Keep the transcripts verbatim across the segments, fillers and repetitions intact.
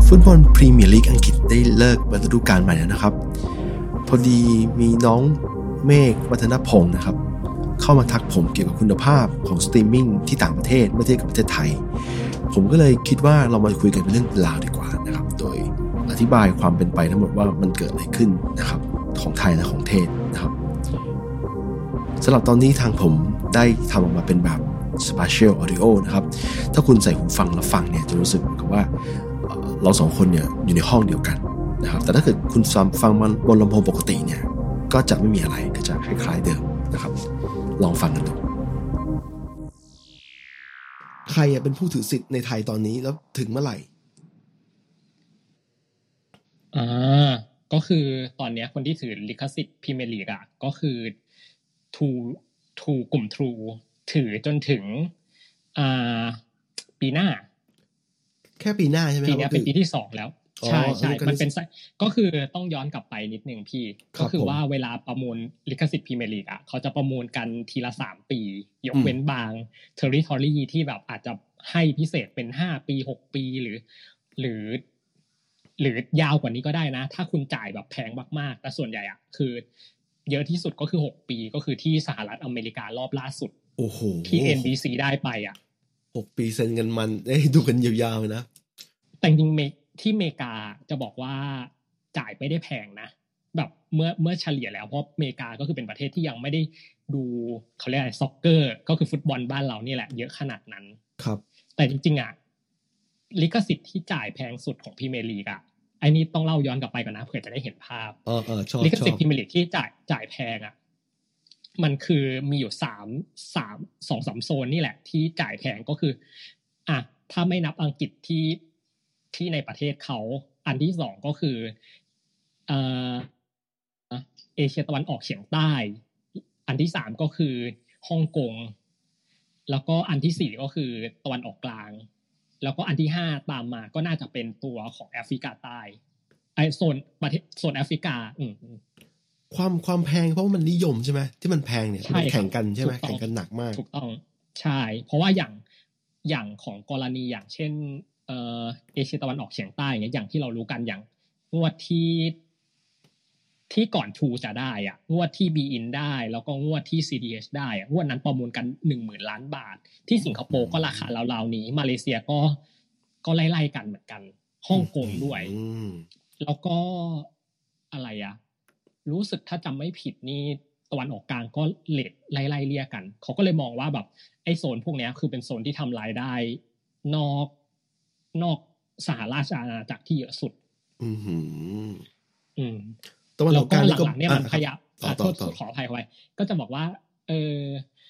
ฟุตบอลพรีเมียร์ลีกอังกฤษได้เลิกฤดูกาลใหม่แล้วนะครับพอดีมีน้องเมฆวัฒนพงศ์นะครับเข้ามาทักผมเกี่ยวกับคุณภาพของสตรีมมิ่งที่ต่างประเทศเมื่อเทียบกับประเทศไทยผมก็เลยคิดว่าเรามาคุยกันเป็นเรื่องราวดีกว่านะครับโดยอธิบายความเป็นไปทั้งหมดว่ามันเกิดอะไรขึ้นนะครับของไทยและของเทศนะครับสำหรับตอนนี้ทางผมได้ทำออกมาเป็นแบบ Spatial Audio นะครับถ้าคุณใส่หูฟังแล้วฟังเนี่ยจะรู้สึกเหมือนกับว่าเราสองคนเนี่ยอยู่ในห้องเดียวกันนะครับแต่ถ้าเกิดคุณฟังมันบนลำโพงปกติเนี่ยก็จะไม่มีอะไรก็จะคล้ายๆเดิมนะครับลองฟังกันดูใครเป็นผู้ถือสิทธิ์ในไทยตอนนี้แล้วถึงเมื่อไหร่อ่าก็คือตอนนี้คนที่ถือลิขสิทธิ์พรีเมียร์ลีกอ่ะก็คือ True True กลุ่ม True ถือจนถึงอ่าปีหน้าแค่ปีหน้าใช่ไหมปีนี้เป็นปีที่สองแล้วใช่ใช่มันเป็นก็คือต้องย้อนกลับไปนิดนึงพี่ก็คือว่าเวลาประมูลลิขสิทธิ์พรีเมียร์ลีกอ่ะเขาจะประมูลกันทีละสามปียกเว้นบาง territory ที่แบบอาจจะให้พิเศษเป็นห้าปีหกปีหรือหรือหรือยาวกว่านี้ก็ได้นะถ้าคุณจ่ายแบบแพงมากๆแต่ส่วนใหญ่อ่ะคือเยอะที่สุดก็คือหกปีก็คือที่สหรัฐอเมริการอบล่าสุดโอ้โหที่ เอ็น บี ซี ได้ไปอ่ะหกปีเซ็นกันมันได้ดูกันยาวๆนะแต่จริงๆที่อเมริกาจะบอกว่าจ่ายไม่ได้แพงนะแบบเมื่อเมื่อเฉลี่ยแล้วเพราะอเมริกาก็คือเป็นประเทศที่ยังไม่ได้ดูเขาเรียกอะไรซ็อกเกอร์ก็คือฟุตบอลบ้านเรานี่แหละเยอะขนาดนั้นครับแต่จริงๆอ่ะลิขสิทธิ์ที่จ่ายแพงสุดของพรีเมียร์ลีกอ่ะไอ้นี่ต้องเล่าย้อนกลับไปก่อนนะเผื่อจะได้เห็นภาพลิขสิทธิ์พรีเมียร์ลีกที่จ่ายจ่ายแพงอ่ะมันคือมีอยู่สามสามสองสามโซนนี่แหละที่จ่ายแพงก็คืออ่ะถ้าไม่นับอังกฤษที่ที่ในประเทศเขาอันที่สองก็คือเอ่อเอเชียตะวันออกเฉียงใต้อันที่สามก็คือฮ่องกงแล้วก็อันที่สี่ก็คือตะวันออกกลางแล้วก็อันที่ห้าตามมาก็น่าจะเป็นตัวของแอฟริกาใต้ไอโซนประเทศโซนแอฟริกาอืมความความแพงเพราะว่ามันนิยมใช่ไหมที่มันแพงเนี่ยมันแข่งกันใช่ไหมแข่งกันหนักมากถูกต้องใช่เพราะว่าอย่างอย่างของกรณีอย่างเช่นเอ่อเอเชียตะวันออกเฉียงใต้อย่างเงี้ยอย่างที่เรารู้กันอย่างงวดที่ที่ก่อน True จะได้อ่ะงวดที่ Be In ได้แล้วก็งวดที่ ซี ดี เอช ได้อ่ะงวดนั้นประมูลกัน หนึ่งหมื่น ล้านบาทที่สิงคโปร์ก็ราคาราวๆนี้มาเลเซียก็ก็ไล่ๆกันเหมือนกันฮ่องกงด้วยแล้วก็อะไรอ่ะรู้สึกถ้าจำไม่ผิดนี่ตะวันออกกลางก็เรทไล่ๆเลี่ยกันเขาก็เลยมองว่าแบบไอ้โซนพวกนี้คือเป็นโซนที่ทำรายได้นอกนอกสหราชอาณาจักรที่เยอะสุดอืมอืมตะวันออกกลางหลังๆเนี่ยมันพยายามขอขออภัยไว้ก็จะบอกว่าเออ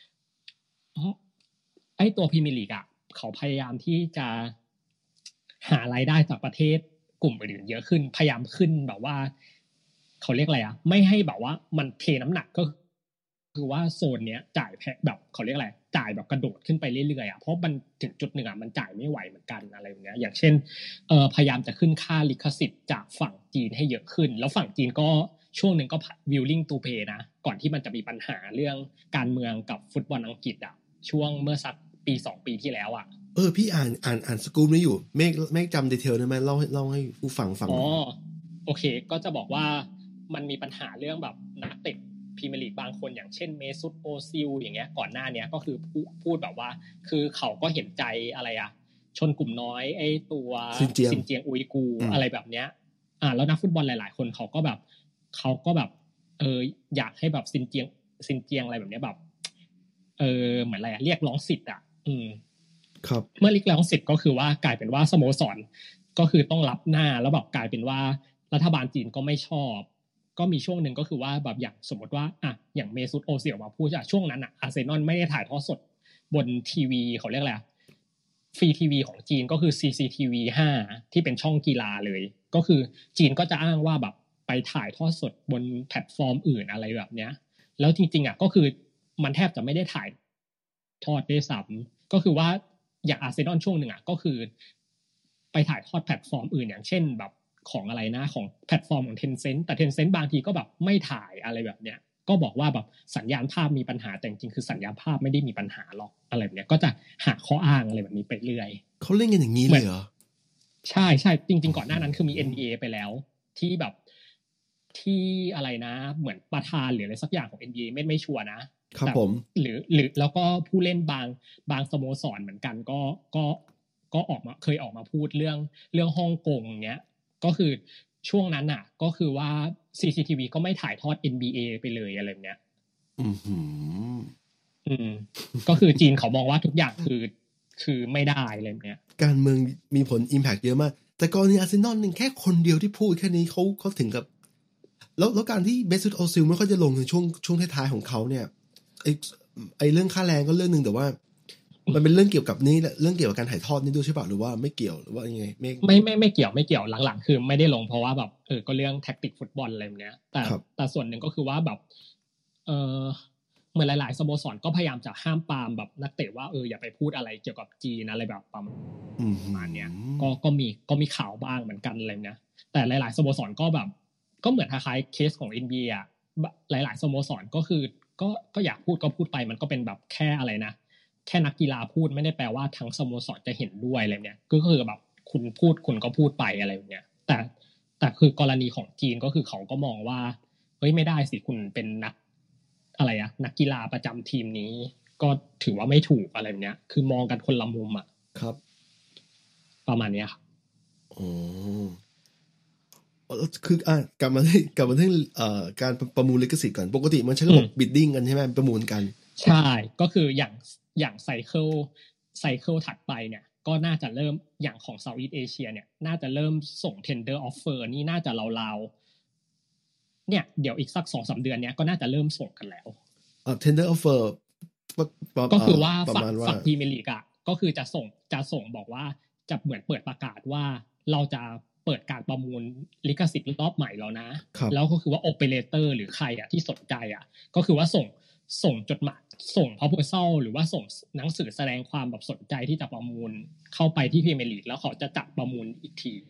ไอ้ตัวพรีเมียร์ลีกอ่ะเขาพยายามที่จะหารายได้จากประเทศกลุ่มอื่นเยอะขึ้นพยายามขึ้นแบบว่าเขาเรียกอะไรอ่ะไม่ให้แบบว่ามันเทน้ำหนักก็คือว่าโซนเนี้ยจ่ายแพงแบบเขาเรียกอะไรจ่ายแบบกระโดดขึ้นไปเรื่อยๆอ่ะเพราะมันถึงจุดหนึ่งอ่ะมันจ่ายไม่ไหวเหมือนกันอะไรแบบเนี้ยอย่างเช่นเอ่อพยายามจะขึ้นค่าลิขสิทธิ์จากฝั่งจีนให้เยอะขึ้นแล้วฝั่งจีนก็ช่วงนึงก็ willing to pay นะก่อนที่มันจะมีปัญหาเรื่องการเมืองกับฟุตบอลอังกฤษอ่ะช่วงเมื่อสักปีสองปีที่แล้วอ่ะเออพี่อ่านอ่านอ่านสกู๊ปนี้อยู่เมฆเมฆจำดีเทลได้ไหมเล่าเล่าให้ผู้ฟังฟังอ๋อโอเคก็จะบอกว่ามันมีปัญหาเรื่องแบบนักเตะพรีเมียร์ลีกบางคนอย่างเช่นเมซุตโอซิลอย่างเงี้ยก่อนหน้านี้ก็คือพูดแบบว่าคือเขาก็เห็นใจอะไรอ่ะชนกลุ่มน้อยไอ้ตัวซินเจียงอุยกูอะไรแบบเนี้ยอ่าแล้วนักฟุตบอลหลายๆคนเขาก็แบบเขาก็แบบเอออยากให้แบบซินเจียงซินเจียงอะไรแบบเนี้ยแบบเออเหมือนอะไรเรียกร้องสิทธิ์อ่ะอืมครับเมื่อเรียกร้องสิทธิ์ก็คือว่ากลายเป็นว่าสโมสรก็คือต้องรับหน้าแล้วแบบกลายเป็นว่ารัฐบาลจีนก็ไม่ชอบก็มีช่วงหนึ่งก็คือว่าแบบอย่างสมมติว่าอ่ะอย่างเมซุตโอซิลมาพูดว่าช่วงนั้นอ่ะอาร์เซนอลไม่ได้ถ่ายทอดสดบนทีวีเขาเรียกอะไรฟรีทีวีของจีนก็คือ ซี ซี ที วี ห้าที่เป็นช่องกีฬาเลยก็คือจีนก็จะอ้างว่าแบบไปถ่ายทอดสดบนแพลตฟอร์มอื่นอะไรแบบเนี้ยแล้วจริงๆอ่ะก็คือมันแทบจะไม่ได้ถ่ายทอดด้วยซ้ำก็คือว่าอย่างอาร์เซนอลช่วงหนึ่งอ่ะก็คือไปถ่ายทอดแพลตฟอร์มอื่นอย่างเช่นแบบของอะไรนะของแพลตฟอร์มของ Tencent แต่ Tencent บางทีก็แบบไม่ถ่ายอะไรแบบเนี้ยก็บอกว่าแบบสัญญาณภาพมีปัญหาแต่จริงๆคือสัญญาณภาพไม่ได้มีปัญหาหรอกอะไรแบบเนี้ยก็จะหาข้ออ้างอะไรแบบนี้ไปเรื่อยเขาเล่นกันอย่างนี้เลยเหรอใช่ใช่จริงๆก่อนหน้านั้นคือมี เอ็น ดี เอ ไปแล้วที่แบบที่อะไรนะเหมือนประธานหรืออะไรสักอย่างของ เอ็น บี เอ ไม่ไม่ชัวร์นะครับผมหรือหรือแล้วก็ผู้เล่นบางบางสโมสรเหมือนกันก็ก็ก็ออกมาเคยออกมาพูดเรื่องเรื่องฮ่องกงเนี้ยก็คือช่วงนั้นน่ะก็คือว่า ซี ซี ที วี ก็ไม่ถ่ายทอด เอ็น บี เอ ไปเลยอะไรแบบเนี้ยอือหืออืมก็คือจีนเขามองว่าทุกอย่างคือคือไม่ได้อะไรแบบเนี้ยการเมืองมีผล impact เยอะมากแต่กรณีอาร์เซนอลนึงแค่คนเดียวที่พูดแค่นี้เขาเขาถึงกับแล้วแล้วการที่เมซุตโอซิลไม่ค่อยจะลงในช่วงช่วงท้ายๆของเขาเนี่ยไอไอเรื่องค่าแรงก็เรื่องนึงแต่ว่ามันเป็นเรื่องเกี่ยวกับนี้เรื่องเกี่ยวกับการถ่ายทอดนี่ด้วยใช่ป่ะหรือว่าไม่เกี่ยวหรือว่ายังไงไม่ไม่ไม่ไม่เกี่ยวไม่เกี่ยวหลังๆคือไม่ได้ลงเพราะว่าแบบเออก็เรื่องแท็กติกฟุตบอลอะไรแบบเนี้ยแต่แต่ส่วนหนึ่งก็คือว่าแบบเออเหมือนหลายๆสโมสรก็พยายามจะห้ามปรามแบบนักเตะว่าเอออย่าไปพูดอะไรเกี่ยวกับจีนอะไรแบบประมาณเนี้ยก็ก็มีก็มีข่าวบ้างเหมือนกันอะไรเนี้ยแต่หลายๆสโมสรก็แบบก็เหมือนคล้ายๆเคสของ เอ็น บี เอ อ่ะหลายๆสโมสรก็คือก็ก็อยากพูดก็พูดไปมันก็เป็นแบบแค่อะไรนะแค่นักกีฬาพูดไม่ได้แปลว่าทั้งสโมสรจะเห็นด้วยอะไรเนี้ยก็คือแบบคุณพูดคุณก็พูดไปอะไรอย่างเงี้ยแต่แต่คือกรณีของจีนก็คือเขาก็มองว่าเฮ้ยไม่ได้สิคุณเป็นนักอะไรอะนักกีฬาประจำทีมนี้ก็ถือว่าไม่ถูกอะไรแบบเนี้ยคือมองกันคนละมุมอ่ะครับประมาณเนี้ยครับอ๋อคืออ่ะกลับมาที่กลับมาที่เอ่อการประมูลลิขสิทธิ์ก่อนปกติมันใช้ระบบบิดดิ้งกันใช่ไหมประมูลกันใช่ก็คืออย่างอย่างไซเคิลไซเคิลถัดไปเนี่ยก็น่าจะเริ่มอย่างของ Southeast Asia เนี่ยน่าจะเริ่มส่ง tender offer นี่น่าจะราวๆเนี่ยเดี๋ยวอีกสัก สองถึงสาม เดือนเนี้ยก็น่าจะเริ่มส่งกันแล้วเอ่อ tender offer ก็คือว่าฝั่งฝั่งพรีเมียร์ลีกอ่ะก็คือจะส่งจะส่งบอกว่าจะเหมือนเปิดประกาศว่าเราจะเปิดการประมูลลิขสิทธิ์รอบใหม่แล้วนะแล้วก็คือว่าโอเปอเรเตอร์หรือใครอ่ะที่สนใจอ่ะก็คือว่าส่งส่งจดหมายส่ง proposal หรือว่าส่งหนังสือแสดงความแบบสนใจที่จะประมูลเข้าไปที่พรีเมียร์ลีกแล้วเขาจะจัดประมูลอีกที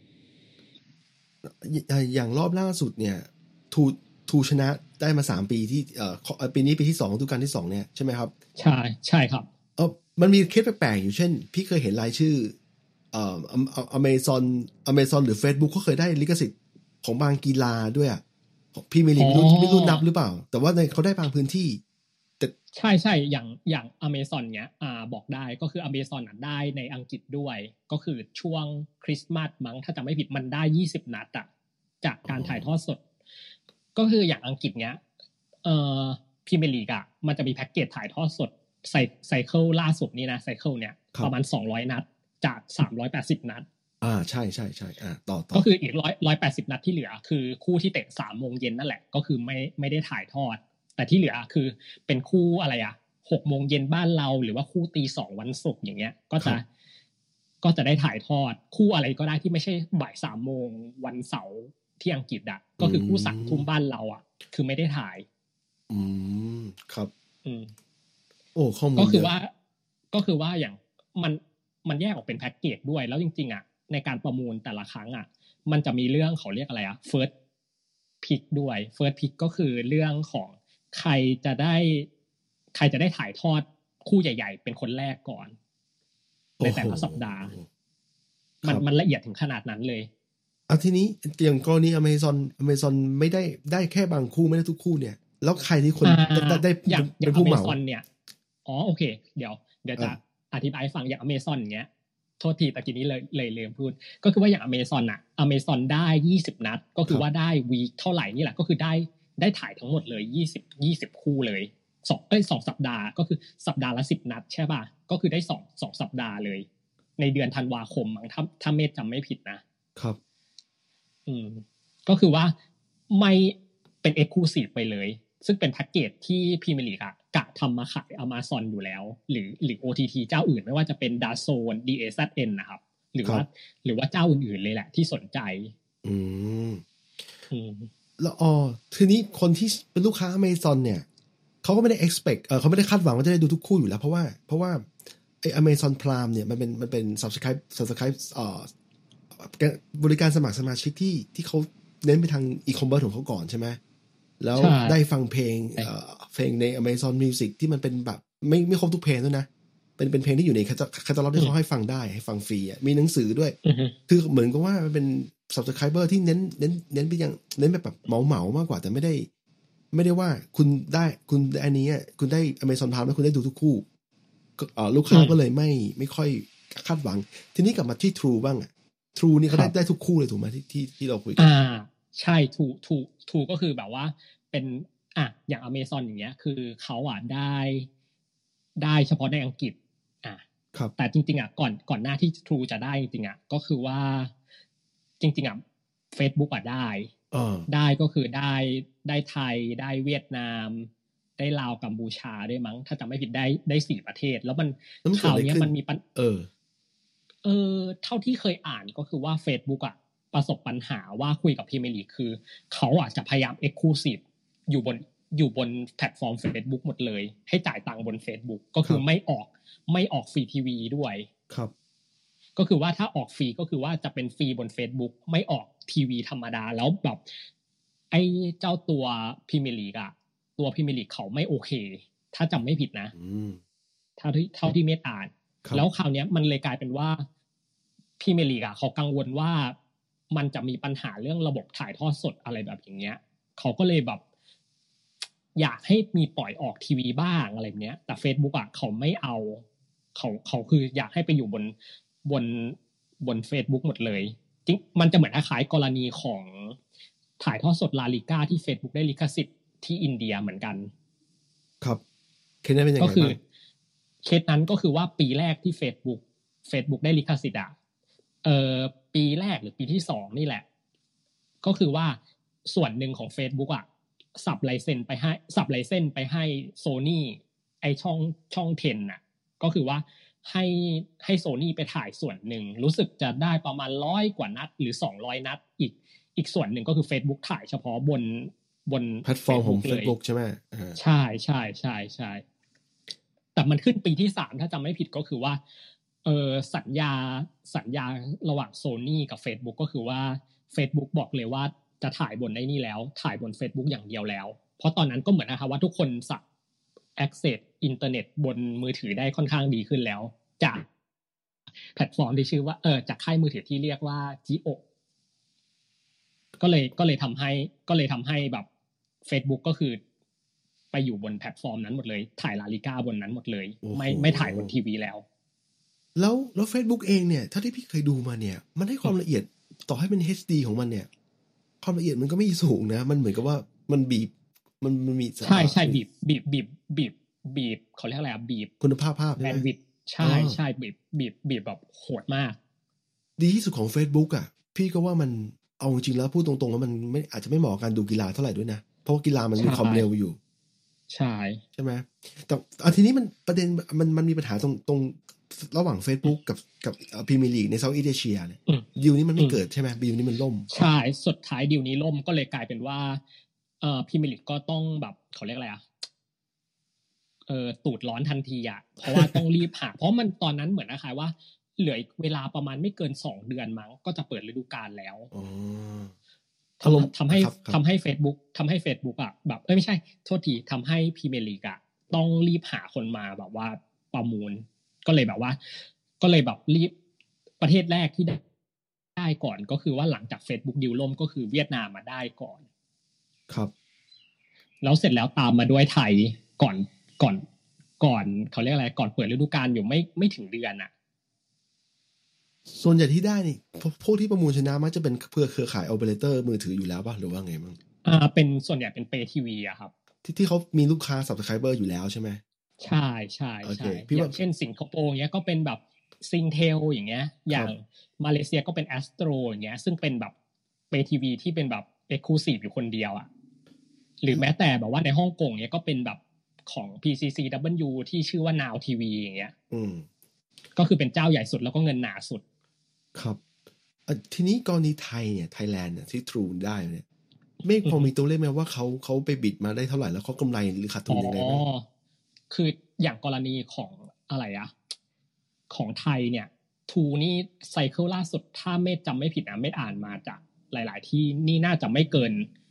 อย่างรอบล่าสุดเนี่ยทูทูชนะได้มาสามปีที่เอ่อปีนี้ปีที่สองฤดูกาลที่สองเนี่ยใช่ไหมครับใช่ใช่ครับเออมันมีเคสแปลกๆอยู่เช่นพี่เคยเห็นรายชื่อเอ่ออเมซอนอเมซอนหรือ Facebook เขาเคยได้ลิขสิทธิ์ของบางกีฬาด้วยอ่ะพี่ไม่รู้ไม่รู้ไม่รู้นับหรือเปล่าแต่ว่าในเขาได้บางพื้นที่แต่ใช่ใช่อย่างอย่างอเมซอนเนี้ยอ่าบอกได้ก็คืออเมซอนอ่ะได้ในอังกฤษด้วยก็คือช่วงคริสต์มาสมั้งถ้าจำไม่ผิดมันได้ยี่สิบนัดอ่ะจากการถ่ายทอดสดก็คืออย่างอังกฤษเนี้ยเอ่อพรีเมียร์ลีกอ่ะมันจะมีแพ็กเกจถ่ายทอดสดไซไซเคิลล่าสุดนี่นะไซเคิลเนี้ยประมาณสองร้อยนัดจากสามร้อยแปดสิบนัดอ่าใช่ใช่ใช่อ่าต่อต่อก็คืออีกร้อยร้อยแปดสิบนัดที่เหลือคือคู่ที่เตะสามโมงเย็นนั่นแหละก็คือไม่ไม่ได้ถ่ายทอดแต่ที่เหลือคือเป็นคู่อะไรอ่ะหกโมงเย็นบ้านเราหรือว่าคู่ตีสองวันศุกร์อย่างเงี้ยก็จะก็จะได้ถ่ายทอดคู่อะไรก็ได้ที่ไม่ใช่บ่ายสามโมงวันเสาร์ที่อังกฤษอ่ะก็คือคู่สามทุ่มบ้านเราอ่ะคือไม่ได้ถ่ายอืมครับอืมโอ้ข้อมูลก็คือว่าก็คือว่าอย่างมันมันแยกออกเป็นแพ็กเกจด้วยแล้วจริงๆอ่ะในการประมูลแต่ละครั้งอ่ะมันจะมีเรื่องเขาเรียกอะไรอ่ะ first pick ด้วย first pick ก็คือเรื่องของใครจะได้ใครจะได้ถ่ายทอดคู่ใหญ่ๆเป็นคนแรกก่อนในแต่ละสัปดาห์มันมันละเอียดถึงขนาดนั้นเลยอ่ะทีนี้อย่างกรณี Amazon Amazon ไม่ได้ได้แค่บางคู่ไม่ได้ทุกคู่เนี่ยแล้วใครที่คนได้ได้เป็นผู้เหมา Amazon เนี่ยอ๋อโอเคเดี๋ยวเดี๋ยวจะอธิบายให้ฟังอย่าง Amazon อย่างเงี้ยโทษทีตะกี้นี้เลยเลยลืมพูดก็คือว่าอย่าง Amazon น่ะ Amazon ได้ยี่สิบนัดก็คือว่าได้วีคเท่าไหร่นี่แหละก็คือได้ได้ถ่ายทั้งหมดเลยยี่สิบ ยี่สิบคู่เลยสองเอ้ยสองสัปดาห์ก็คือสัปดาห์ละสิบนัดใช่ป่ะก็คือได้สองสองสัปดาห์เลยในเดือนธันวาคมมั้งถ้าถ้าเมธจำไม่ผิดนะครับอืมก็คือว่าไม่เป็น Exclusive ไปเลยซึ่งเป็นแพ็กเกจที่พรีเมียร์ลีกอ่ะกะทำมาขาย Amazon อยู่แล้วหรือหรือ โอ ที ที เจ้าอื่นไม่ว่าจะเป็น ดาโซน ดี เอ แซด เอ็น นะครับหรือว่าหรือว่าเจ้าอื่นๆเลยแหละที่สนใจอืมอืมแล้วอ๋อทีนี้คนที่เป็นลูกค้า Amazon เนี่ยเขาก็ไม่ได้ expect เออเขาไม่ได้คาดหวังว่าจะได้ดูทุกคู่อยู่แล้วเพราะว่าเพราะว่าไอ้ Amazon Prime เนี่ยมันเป็นมันเป็น Subscribe Subscribe เอ่อบริการสมัครสมาชิกที่ที่เขาเน้นไปทาง e-commerce ของเขาก่อนใช่ไหมแล้วได้ฟังเพลงเอ่อเพลงใน Amazon Music ที่มันเป็นแบบไม่ไม่ครบทุกเพลงด้วยนะเป็นเป็นเพลงที่อยู่ในแคตตาล็อกที่เขาให้ฟังได้ให้ฟังฟรีอ่ะมีหนังสือด้วยคือเหมือนกับว่ามันเป็น subscriber ที่เน้นเน้นเน้นไปยังเน้นแบบแบบเหมาๆมากกว่าแต่ไม่ได้ไม่ได้ว่าคุณได้คุณได้อันนี้คุณได้ Amazon Prime แล้วคุณได้ดูทุกคู่ลูกค้าก็เลยไม่ไม่ค่อยคาดหวังทีนี้กลับมาที่ True บ้างอ่ะ True นี่เขาได้ได้ทุกคู่เลยถูกไหมที่ที่ที่เราคุยกันอ่าใช่ True True True ก็คือแบบว่าเป็นอ่ะอย่าง Amazon อย่างเงี้ยคือเขาอ่ะได้ได้เฉพาะในอังกฤษอ่ะแต่จริงๆอ่ะก่อนก่อนหน้าที่ True จะได้จริงๆอ่ะก็คือว่าจริงๆอ่ะ Facebook อ่ะได้ได้ก็คือได้ได้ไทยได้เวียดนามได้ลาวกัมพูชาด้วยมั้งถ้าจำไม่ผิดได้ได้สี่ประเทศแล้วมันข่าวเนี้ยมันมีปัญเออเออเท่าที่เคยอ่านก็คือว่า Facebook อ่ะประสบปัญหาว่าคุยกับพรีเมียร์ลีกคือเขาอ่ะจะพยายาม Exclusive อยู่บนอยู่บนแพลตฟอร์ม Facebook หมดเลยให้จ่ายตังค์บน Facebook ก็คือไม่ออกไม่ออกฟรีทีวีด้วยครับก็คือว่าถ้าออกฟรีก็คือว่าจะเป็นฟรีบน Facebook ไม่ออกทีวีธรรมดาแล้วแบบไอ้เจ้าตัวพรีเมียร์ลีกอ่ะตัวพรีเมียร์ลีกเขาไม่โอเคถ้าจำไม่ผิดนะเท่าที่เท่าที่เมธอ่านแล้วคราวนี้มันเลยกลายเป็นว่าพรีเมียร์ลีกอ่ะเขากังวลว่ามันจะมีปัญหาเรื่องระบบถ่ายทอดสดอะไรแบบอย่างเงี้ยเขาก็เลยแบบอยากให้มีปล่อยออกทีวีบ้างอะไรแบบเนี้ยแต่ Facebook อ่ะเขาไม่เอาเขาเขาคืออยากให้ไปอยู่บนบนบน Facebook หมดเลยจริงมันจะเหมือนคล้ายๆกรณีของถ่ายทอดสดลาลิก้าที่ Facebook ได้ลิขสิทธิ์ที่อินเดียเหมือนกันครับเคสนั้นเป็นยังไงก็คือเคสนั้นก็คือว่าปีแรกที่ Facebook Facebook ได้ลิขสิทธิ์อ่ะเอ่อปีแรกหรือปีที่สองนี่แหละก็คือว่าส่วนหนึ่งของ Facebook อ่ะสับไลเซนส์ไปให้สับไลเซนส์ไปให้ Sony ไอช่องช่องสิบน่ะก็คือว่าให้ให้ Sony ไปถ่ายส่วนหนึ่งรู้สึกจะได้ประมาณหนึ่งร้อยกว่านัดหรือสองร้อยนัดอีกอีกส่วนหนึ่งก็คือ Facebook ถ่ายเฉพาะบนบนแพลตฟอร์มของ Facebook ใช่ไหมใช่ใช่ใช่ใช่แต่มันขึ้นปีที่สามถ้าจำไม่ผิดก็คือว่าเออสัญญาสัญญาระหว่าง Sony กับ Facebook ก็คือว่า Facebook บอกเลยว่าจะถ่ายบนไอ้นี่แล้วถ่ายบน Facebook อย่างเดียวแล้วเพราะตอนนั้นก็เหมือนนะคะว่าทุกคนสับ access อินเทอร์เน็ตบนมือถือได้ค่อนข้างดีขึ้นแล้วจากแพลตฟอร์มที่ชื่อว่าเออจากค่ายมือถือที่เรียกว่า Jio ก็เลยก็เลยทำให้ก็เลยทำให้แบบ Facebook ก็คือไปอยู่บนแพลตฟอร์มนั้นหมดเลยถ่ายลาลิก้าบนนั้นหมดเลยไม่ไม่ถ่ายบนทีวีแล้วแล้วแล้ว Facebook เองเนี่ยถ้าที่พี่เคยดูมาเนี่ยมันให้ความละเอียดต่อให้เป็น เอช ดี ของมันเนี่ยความละเอียดมันก็ไม่สูงนะมันเหมือนกับว่ามันบีบมันมันมีใช่ใช่บีบบีบบีบบีบบีบเขาเรียกอะไรอ่ะบีบคุณภาพภาพแบนด์วิดต์ใช่ใช่บีบบีบบีบแบบโหดมากดีที่สุดของ Facebook อ่ะพี่ก็ว่ามันเอาจริงๆแล้วพูดตรงๆแล้วมันไม่อาจจะไม่เหมาะกับการดูกีฬาเท่าไหร่ด้วยนะเพราะว่ากีฬามันมีความเร็วอยู่ใช่ใช่ไหมแต่เอาทีนี้มันประเด็นมันมันมีปัญหาตรงตรงระหว่าง Facebook กับกับพรีเมียร์ลีกในเซาท์อีสต์เอเชียเนี่ยดีลนี้มันไม่เกิดใช่ไหมดีลนี้มันล่มใช่สุดท้ายดีลนี้ล่มก็เลยกลายเป็นว่าเอ่อพรีเมียร์ลีกก็ต้องแบบเขาเรียกอะไรอ่ะเออตูดร้อนทันทีอ่ะเพราะว่าต้องรีบหาเพราะมันตอนนั้นเหมือนนะคะว่าเหลือเวลาประมาณไม่เกินสองเดือนมั้งก็จะเปิดฤดูกาลแล้วอ๋อทำทำให้ทำให้ Facebook ทำให้ Facebook อ่ะแบบเอ้ยไม่ใช่โทษทีทำให้พรีเมียร์ลีกอ่ะต้องรีบหาคนมาแบบว่าประมูลก็เลยแบบว่าก็เลยแบบรีบประเทศแรกที่ได้ได้ก่อนก็คือว่าหลังจาก Facebook ดิวล่มก็คือเวียดนามมาได้ก่อนครับแล้วเสร็จแล้วตามมาด้วยไทยก่อนก่อนก่อนเขาเรียกอะไรก่อนเปิดฤดูกาลอยู่ไม่ไม่ถึงเดือนอ่ะส่วนใหญ่ที่ได้นี่พวกที่ประมูลชนะมักจะเป็นเพื่อเครือข่ายโอเปอเรเตอร์มือถืออยู่แล้วป่ะหรือว่าไงมั้งอ่าเป็นส่วนใหญ่เป็นเปย์ทีวีอะครับที่ที่เขามีลูกค้า Subscriber อยู่แล้วใช่ไหมใช่ใช่ใช่อย่างเช่นสิงคโปร์เงี้ยก็เป็นแบบซิงเทลอย่างเงี้ยอย่างมาเลเซียก็เป็นแอสโตรอย่างเงี้ยซึ่งเป็นแบบเปย์ทีวีที่เป็นแบบเอ็กซ์คลูซีฟอยู่คนเดียวอ่ะหรือแม้แต่แบบว่าในฮ่องกงเนี้ยก็เป็นแบบของ พี ซี ซี ดับเบิลยู ที่ชื่อว่า Now ที วี อย่างเงี้ยอืมก็คือเป็นเจ้าใหญ่สุดแล้วก็เงินหนาสุดครับทีนี้กรณีไทยเนี่ยไทยแลนด์เนี่ยที่ True ได้เนี่ยไม่พอมีตัวเลขไหมว่าเขาเขาไปบิดมาได้เท่าไหร่แล้วเขากำไรหรือขาดทุนยังไงบ้างอ๋อคืออย่างกรณีของอะไรอะของไทยเนี่ยทูนี่ไซเคิลล่าสุดถ้าไม่จำไม่ผิดนะไม่อ่านมาจากหลายๆที่นี่น่าจะไม่เกิน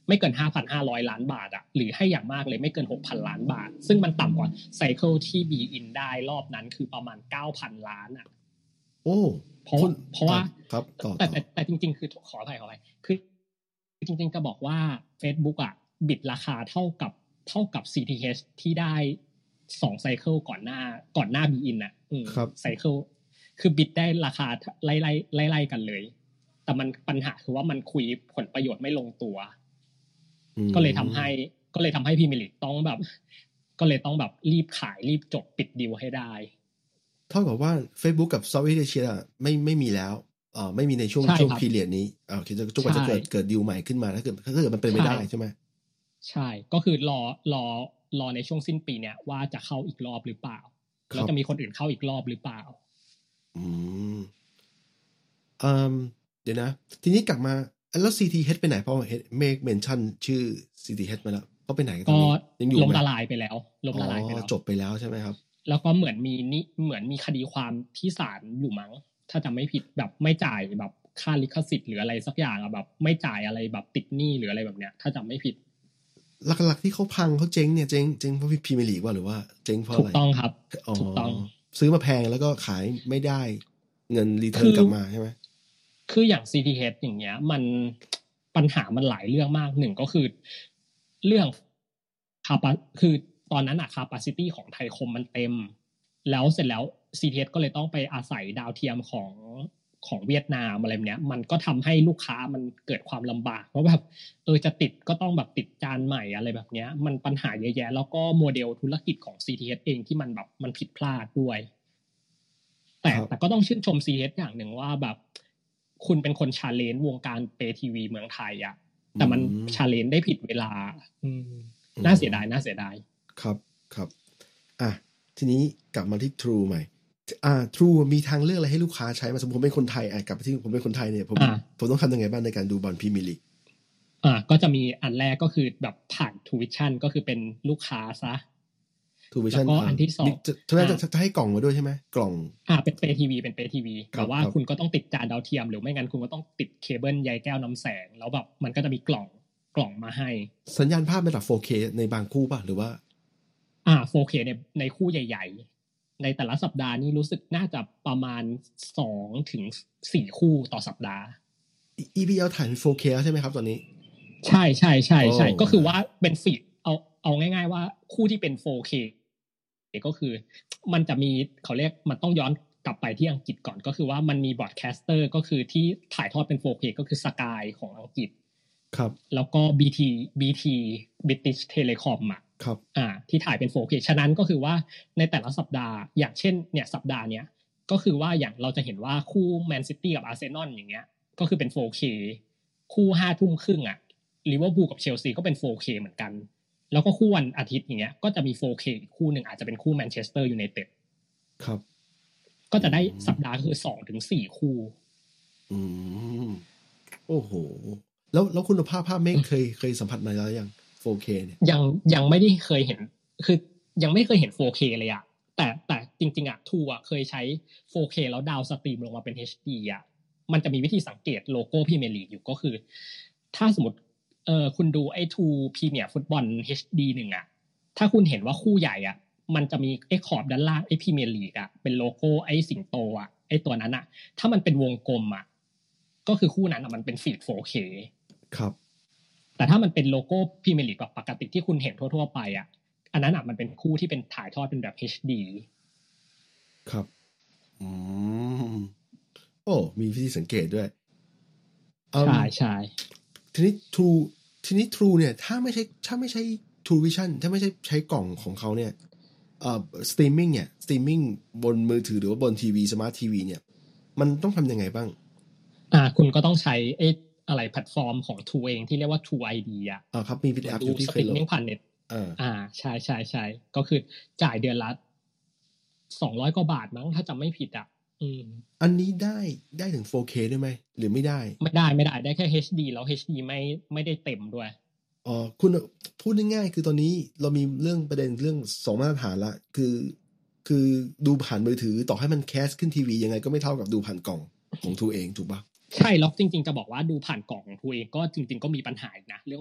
ไม่เกิน ห้าพันห้าร้อย ล้านบาทอ่ะหรือให้อย่างมากเลยไม่เกิน หกพัน ล้านบาทซึ่งมันต่ำกว่าไซเคิลที่ B in ได้รอบนั้นคือประมาณ เก้าพัน ล้านอ่ะโอ้เพราะเพราะว่าครับแต่แต่แต่จริงๆคือขออภัยขออภัยคือจริงๆจะบอกว่า Facebook อ่ะบิดราคาเท่ากับเท่ากับ ซี ที เอช ที่ได้สองไซเคิลก่อนหน้าก่อนหน้า B in น่ะอืมไซเคิลคือบิดได้ราคาไล่ๆไล่ๆกันเลยแต่มันปัญหาคือว่ามันคุยผลประโยชน์ไม่ลงตัวก็เลยทำให้ก็เลยทำให้พรีเมียร์ลีกต้องแบบก็เลยต้องแบบรีบขายรีบจบปิดดีลให้ได้เท่ากับว่า Facebook กับ Southeast Asia ไม่ไม่มีแล้วเอ่อไม่มีในช่วงช่วงพีเรียดนี้อ่าโอเคจะจนกว่าจะเกิดเกิดดีลใหม่ขึ้นมาถ้าเกิดถ้าเกิดมันเป็นไม่ได้ใช่ไหมใช่ก็คือรอรอรอในช่วงสิ้นปีเนี่ยว่าจะเข้าอีกรอบหรือเปล่าแล้วจะมีคนอื่นเข้าอีกรอบหรือเปล่าอืมอืมเดี๋ยวนะทีนี้กลับมาแล้ว ซี ที เอช ไปไหนเพราะเมฆเมนชั่นชื่อ ซี ที เอช มาแล้วก็ไปไหนกันตอนนี้ยังอยู่ล้มละลายไปแล้วล้มละลายไปแล้วจบไปแล้วใช่ไหมครับแล้วก็เหมือนมีนี่เหมือนมีคดีความที่ศาลอยู่มั้งถ้าจำไม่ผิดแบบไม่จ่ายแบบค่าลิขสิทธิ์หรืออะไรสักอย่างอะแบบไม่จ่ายอะไรแบบติดหนี้หรืออะไรแบบเนี้ยถ้าจำไม่ผิดหลักๆที่เขาพังเขาเจ๊งเนี่ยเจ๊งเจ๊งเพราะพรีเมียร์ลีกว่าหรือว่าเจ๊งเพราะอะไรถูกต้องครับถูกต้องซื้อมาแพงแล้วก็ขายไม่ได้เงินรีเทิร์นกลับมาใช่ไหมคืออย่าง ซี ที เอช อย่างเงี้ยมันปัญหามันหลายเรื่องมากหนึ่งก็คือเรื่องคาปาคือตอนนั้นอะ capacity ของไทยคมมันเต็มแล้วเสร็จแล้ว ซี ที เอช ก็เลยต้องไปอาศัยดาวเทียมของของเวียดนามอะไรแบบเนี้ยมันก็ทำให้ลูกค้ามันเกิดความลำบากเพราะแบบเออจะติดก็ต้องแบบติดจานใหม่อะไรแบบเนี้ยมันปัญหาเยอะแยะแล้วก็โมเดลธุรกิจของ ซี ที เอช เองที่มันแบบมันผิดพลาดด้วยแต่แต่ก็ต้องชื่นชม ซี ที เอช อย่างหนึ่งว่าแบบคุณเป็นคนชาเลนจ์วงการเปทีวีเมืองไทยอ่ะแต่มันชาเลนจ์ได้ผิดเวลาอืมน่าเสียดายน่าเสียดายครับครับอ่ะทีนี้กลับมาที่ True ใหม่อ่า True มีทางเลือกอะไรให้ลูกค้าใช้มาสมมติผมเป็นคนไทยอ่ะกลับไปที่ผมเป็นคนไทยเนี่ยผมผมต้องทำยังไงบ้างในการดูบอลพรีเมียร์ลีกอ่าก็จะมีอันแรกก็คือแบบผ่าน Tuition ก็คือเป็นลูกค้าซะ Tuition แล้วก็อันที่สองจะจะจะให้กล่องมาด้วยใช่ไหมกล่องอ่าเป็นเปทีวีเป็นเปทีวีแต่ว่าคุณก็ต้องติดจานดาวเทียมหรือไม่งั้นคุณก็ต้องติดเคเบิลใยแก้วน้ำแสงแล้วแบบมันก็จะมีกล่องกล่องมาให้สัญญาณภาพระดับ โฟร์เค ในบางคู่ป่ะหรือว่าอ่า โฟร์เค ในในคู่ใหญ่ๆในแต่ละสัปดาห์นี้รู้สึกน่าจะประมาณสองถึงสี่คู่ต่อสัปดาห์อี พี แอล ถ่ายเป็น โฟร์เค แล้วใช่ไหมครับตอนนี้ใช่ใช่ใช่ใช่ก็คือว่าเป็นฟีดเอาเอาง่ายๆว่าคู่ที่เป็น โฟร์เค ก็คือมันจะมีเขาเรียกมันต้องย้อนกลับไปที่อังกฤษก่อนก็คือว่ามันมีบรอดแคสเตอร์ก็คือที่ถ่ายทอดเป็น โฟร์เค ก็คือ Sky ของอังกฤษครับแล้วก็ บี ที บี ที British Telecom อ่ะครับอ่าที่ถ่ายเป็น โฟร์เค ฉะนั้นก็คือว่าในแต่ละสัปดาห์อย่างเช่นเนี่ยสัปดาห์เนี้ยก็คือว่าอย่างเราจะเห็นว่าคู่แมนซิตี้กับอาร์เซนอลอย่างเงี้ยก็คือเป็น โฟร์เค คู่ห้าทุ่มครึ่งอ่ะลิเวอร์พูลกับเชลซีก็เป็น โฟร์เค เหมือนกันแล้วก็คู่วันอาทิตย์อย่างเงี้ยก็จะมี โฟร์เค อีกคู่หนึ่งอาจจะเป็นคู่แมนเชสเตอร์ยูไนเต็ดครับก็จะได้สัปดาห์คือสองถึงสี่คู่อืมโอ้โหแล้วแล้วคุณภาพภาพไม่เคยเคยสัมผัสมาแล้วยัง โฟร์เค เนี่ยยังยังไม่ได้เคยเห็นคือยังไม่เคยเห็น โฟร์เค เลยอ่ะแต่แต่จริงๆอ่ะทูอ่ะเคยใช้ โฟร์เค แล้วดาวสตรีมลงมาเป็น เอช ดี อ่ะมันจะมีวิธีสังเกตโลโก้พรีเมียร์ลีกอยู่ก็คือถ้าสมมติเออคุณดูไอ้ทูพรีเมียร์ฟุตบอล เอช ดี หนึ่งอ่ะถ้าคุณเห็นว่าคู่ใหญ่อ่ะมันจะมีไอ้ขอบด้านล่างไอ้พรีเมียร์ลีกอ่ะเป็นโลโก้ไอ้สิงโตอ่ะไอ้ตัวนั้นอ่ะถ้ามันเป็นวงกลมอ่ะก็คือคู่นั้นอ่ะมันเป็นฟีด โฟร์เคครับแต่ถ้ามันเป็นโลโก้พรีเมียร์ลีกแบบปกติที่คุณเห็นทั่วๆไปอ่ะอันนั้นอ่ะมันเป็นคู่ที่เป็นถ่ายทอดเป็นแบบ เอช ดีครับอืมโอ้มีวิธีสังเกตด้วยใช่ใช่ทีนี้ True ทีนี้ True เนี่ยถ้าไม่ใช่ถ้าไม่ใช่ True Vision ถ้าไม่ใช่ใช้กล่องของเขาเนี่ยเอ่อสตรีมมิ่งเนี่ยสตรีมมิ่งบนมือถือหรือว่าบนทีวีสมาร์ททีวีเนี่ยมันต้องทำยังไงบ้างอ่าคุณก็ต้องใช้ไอ้อะไรแพลตฟอร์มของ True เองที่เรียกว่า True ไอ ดี อ่ะอ่าครับมีเป็นแอปอยู่ที่เคยโหลดผ่านเน็ตอ่าอ่าใช่ๆๆก็คือจ่ายเดือนละสองร้อยกว่าบาทมั้งถ้าจำไม่ผิดอ่ะอืมอันนี้ได้ได้ถึง โฟร์เค ได้ไหมหรือไม่ได้ไม่ได้ไม่ได้ได้แค่ เอช ดี แล้ว เอช ดี ไม่ไม่ได้เต็มด้วยอ๋อคุณพูดง่ายๆคือตอนนี้เรามีเรื่องประเด็นเรื่องสองมาตรฐานละคือคือดูผ่านมือถือต่อให้มันแคสขึ้นทีวียังไงก็ไม่เท่ากับดูผ่านกล่องของ True เองถูกปะใช่แล้วจริงๆจะบอกว่าดูผ่านกล่องของ True เองก็จริงๆก็มีปัญหาอีกนะเรื่อง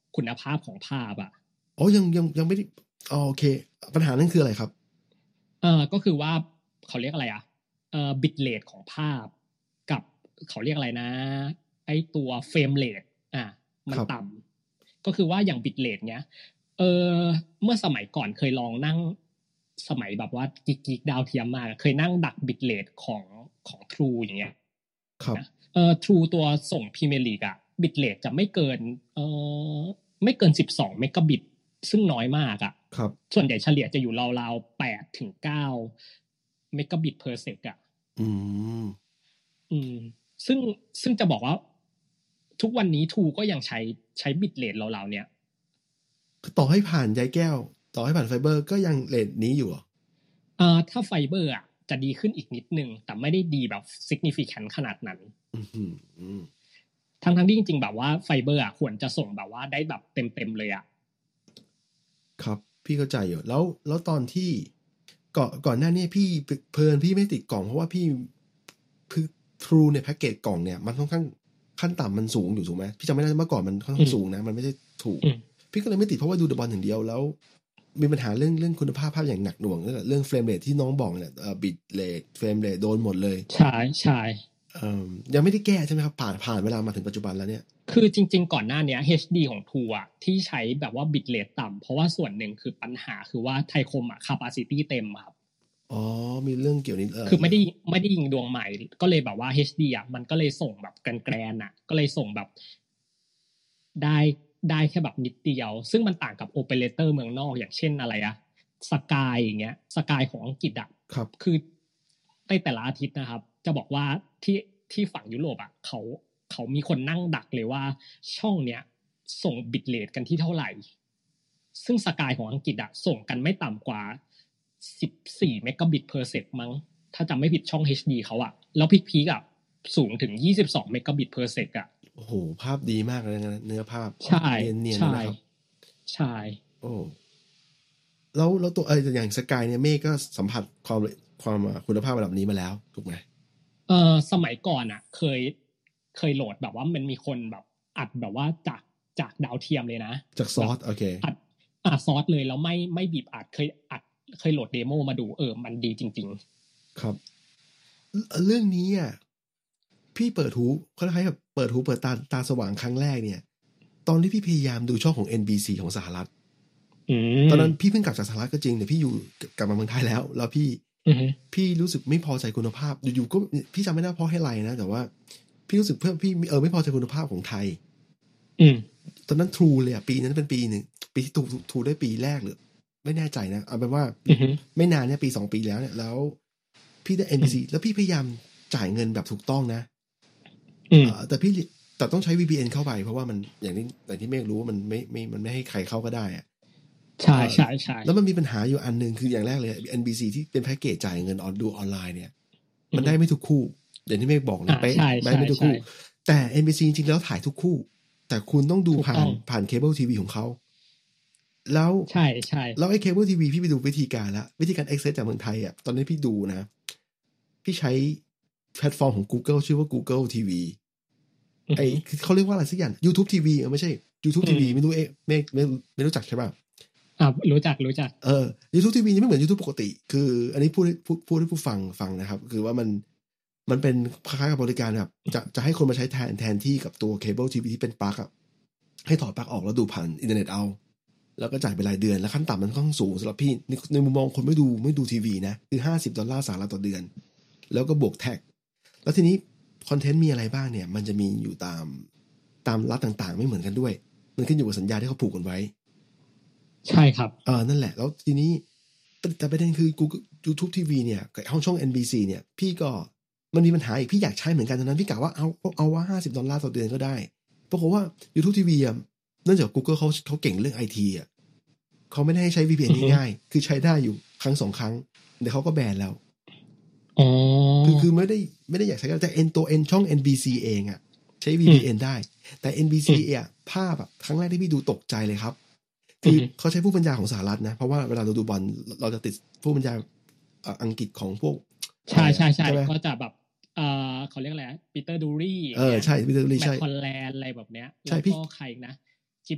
คุณภาพของภาพอ่ะอ๋อยังยังยังไม่ได้อ๋อโอเคปัญหานั้นคืออะไรครับเออก็คือว่าเขาเรียกอะไรอ่ะเอ่อบิตเรทของภาพกับเขาเรียกอะไรนะไอตัวเฟรมเรทอ่ะมันต่ำก็คือว่าอย่างบิตเรทเนี้ยเออเมื่อสมัยก่อนเคยลองนั่งสมัยแบบว่ากิ๊กๆดาวเทียมมากเคยนั่งดักบิตเรทของของ True อย่างเงี้ยครับเอ่อ True ตัวส่งพรีเมียร์ลีกอ่ะบิตเรทจะไม่เกินเอ่อไม่เกินสิบสองเมกะบิตซึ่งน้อยมากอ่ะครับส่วนใหญ่เฉลี่ยจะอยู่ราวๆแปดถึงเก้าเมกะบิตเพอร์เซกอ่ะอืมอืมซึ่งซึ่งจะบอกว่าทุกวันนี้ True ก็ยังใช้ใช้บิตเรทราวๆเนี้ยต่อให้ผ่านใยแก้วต่อให้ผ่านไฟเบอร์ก็ยังเรทนี้อยู่อ่ะเอ่อถ้าไฟเบอร์อ่ะจะดีขึ้นอีกนิดนึงแต่ไม่ได้ดีแบบ significant ขนาดนั้นอืมทั้งทั้งที่จริงๆแบบว่าไฟเบอร์อ่ะควรจะส่งแบบว่าได้แบบเต็มๆเลยอ่ะครับพี่เข้าใจอยู่แล้วแล้วตอนที่ก่อนก่อนหน้านี้พี่เพลินพี่ไม่ติดกล่องเพราะว่าพี่คือ True ในแพ็กเกจกล่องเนี่ยมันค่อนข้างขั้นต่ำมันสูงอยู่ถูกไหมพี่จำไม่ได้เมื่อก่อนมันค่อนข้างสูงนะมันไม่ใช่ถูกพี่ก็เลยไม่ติดเพราะว่าดูเดอะบอลอย่างเดียวแล้วมีปัญหาเรื่องเรื่องคุณภาพภาพอย่างหนักหน่วงเรื่องเฟรมเรทที่น้องบอกเนี่ยเอ่อบิตเรทเฟรมเรทโดนหมดเลยใช่ใช่เอ่อยังไม่ได้แก้ใช่ไหมครับผ่านผ่านเวลามาถึงปัจจุบันแล้วเนี่ยคือจริงๆก่อนหน้านี้ เอช ดี ของ True อ่ะที่ใช้แบบว่าบิตเรทต่ำเพราะว่าส่วนหนึ่งคือปัญหาคือว่าไทคมอ่ะ capacity เต็มครับอ๋อมีเรื่องเกี่ยวนี้เออคือไม่ได้ไม่ได้ยิงดวงใหม่ก็เลยแบบว่า เอช ดี อ่ะมันก็เลยส่งแบบแกรนๆอ่ะก็เลยส่งแบบได้ได้แค่แบบนิดเดียวซึ่งมันต่างกับโอเปอเรเตอร์เมืองนอกอย่างเช่นอะไรอะสกายอย่างเงี้ยสกายของอังกฤษอ่ะครับคือในแต่ละอาทิตย์นะครับจะบอกว่าที่ที่ฝั่งยุโรปอ่ะเขาเขามีคนนั่งดักเลยว่าช่องเนี้ยส่งบิตเรทกันที่เท่าไหร่ซึ่งสกายของอังกฤษอ่ะส่งกันไม่ต่ำกว่าสิบสี่เมกะบิตเพอร์เซกมั้งถ้าจำไม่ผิดช่อง เอช ดี เขาอ่ะแล้วพีคๆอ่ะสูงถึงยี่สิบสองเมกะบิตเพอร์เซกอ่ะโอ้โหภาพดีมากเลยนะเนื้อภาพใช่เนียนๆใช่นะครับใช่โอ้แล้วแล้วตัวเอออย่างสกายเนี่ยเมฆก็สัมผัสความความคุณภาพระดับนี้มาแล้วถูกไหมเออสมัยก่อนอ่ะเคยเคยโหลดแบบว่ามันมีคนแบบอัดแบบว่าจากจากดาวเทียมเลยนะจากซอสโอเคอัดอัดซอสเลยแล้วไม่ไม่บีบอัดเคยอัดเคยโหลดเดโมมาดูเออมันดีจริงๆครับเรื่องนี้อ่ะพี่เปิดหูคล้ายๆกับเปิดหูเปิดตาตาสว่างครั้งแรกเนี่ยตอนที่พี่พยายามดูช่องของ เอ็น บี ซี ของสหรัฐตอนนั้นพี่เพิ่งกลับจากสหรัฐก็จริงแต่พี่อยู่กลับมาเมืองไทยแล้วแล้วพี่พี่รู้สึกไม่พอใจคุณภาพอยู่ๆก็พี่จำไม่ได้เพราะให้ไรนะแต่ว่าพี่รู้สึกเพื่อพี่เออไม่พอใจคุณภาพของไทยตอนนั้น True เลยอ่ะปีนั้นเป็นปีหนึ่งปีที่ True True ได้ปีแรกหรือไม่แน่ใจนะเอาเป็นว่าไม่นานเนี่ยปีสองปีแล้วเนี่ยแล้วพี่ได้ เอ็น บี ซี แล้วพี่พยายามจ่ายเงินแบบถูกต้องนะแต่พี่แต่ต้องใช้ วี พี เอ็น เข้าไปเพราะว่ามันอย่างนี้อย่างที่เมฆรู้ว่ามันไม่ไม่มันไม่ให้ใครเข้าก็ได้อ่ะใช่ใช่ใช่แล้วมันมีปัญหาอยู่อันนึงคืออย่างแรกเลย เอ็น บี ซี ที่เป็นแพ็กเกจจ่ายเงินออนดูออนไลน์เนี่ยมันได้ไม่ทุกคู่อย่างที่เมฆบอกนะเป๊ะได้ไม่ทุกคู่แต่ เอ็น บี ซี จริงๆแล้วถ่ายทุกคู่แต่คุณต้องดูผ่านผ่านเคเบิลทีวีของเขาแล้วใช่ใช่แล้วไอ้เคเบิลทีวีพี่ไปดูวิธีการละวิธีการ access จากเมืองไทยอ่ะตอนนี้พี่ดูนะพี่ใช้แพลตฟอร์มของ Google ชื่อว่า Google ที วี ไอ้เขาเรียกว่าอะไรสักอย่าง YouTube ที วี เออไม่ใช่ YouTube ที วี ไม่รู้เอ๊ะไม่ไม่ไม่รู้จักใช่ป่ะอ่ารู้จักรู้จักเออ YouTube ที วี นี่ไม่เหมือน YouTube ปกติคืออันนี้พูดพูดพูดให้ผู้ฟังฟังนะครับคือว่ามันมันเป็นคล้ายๆกับบริการแบบจะจะให้คนมาใช้แทนแทนที่กับตัวเคเบิลทีวีที่เป็นปลั๊กอ่ะให้ถอดปลั๊กออกแล้วดูผ่านอินเทอร์เน็ตเอาแล้วก็จ่ายเป็นรายเดือนแล้วขั้นต่ำมันค่อนข้างสูงสำหรับพี่ในในมุมมองคนไม่ดูไม่ดูทีวีนะคือห้าสิบดอลลาร์สหรัฐต่อเดือนแล้วก็บวกแท็กแล้วทีนี้คอนเทนต์มีอะไรบ้างเนี่ยมันจะมีอยู่ตามตามรัฐต่างๆไม่เหมือนกันด้วยมันขึ้นอยู่กับสัญญาที่เขาผูกกันไว้ใช่ครับเออนั่นแหละแล้วทีนี้แต่ประเด็นคือ Google YouTube ที วี เนี่ยกับห้องช่อง เอ็น บี ซี เนี่ยพี่ก็มันมีปัญหาอีกพี่อยากใช้เหมือนกันตอนนั้นพี่กะว่าเอาเอาว่าห้าสิบดอลลาร์ต่อเดือนก็ได้ปรากฏว่า YouTube ที วี อ่ะเนื่องจาก Google เขาเขาเก่งเรื่อง ไอ ที อ่ะเขาไม่ได้ให้ใช้ วี พี เอ็น ง่ายๆคือใช้ได้อยู่ครั้งสองครั้งเดี๋ยวเขาก็แบนแล้วอ๋อคือคือไม่ได้ไม่ได้อยากใช้แต่ N ตัว N ช่อง เอ็น บี ซี เองอ่ะใช้ วี พี เอ็น ได้แต่ เอ็น บี ซี อ่ะภาพอ่ะครั้งแรกที่พี่ดูตกใจเลยครับคือเขาใช้ผู้บรรยายของสหรัฐนะเพราะว่าเวลาเราดูบอลเราจะติดผู้บรรยายอังกฤษของพวกใช่ใช่ใช่ก็จะแบบเออเขาเรียกอะไรปีเตอร์ดูรี่เออใช่ปีเตอร์ดูรี่ใช่แมตต์คอนแลนอะไรแบบเนี้ยแล้วก็ใครนะจิม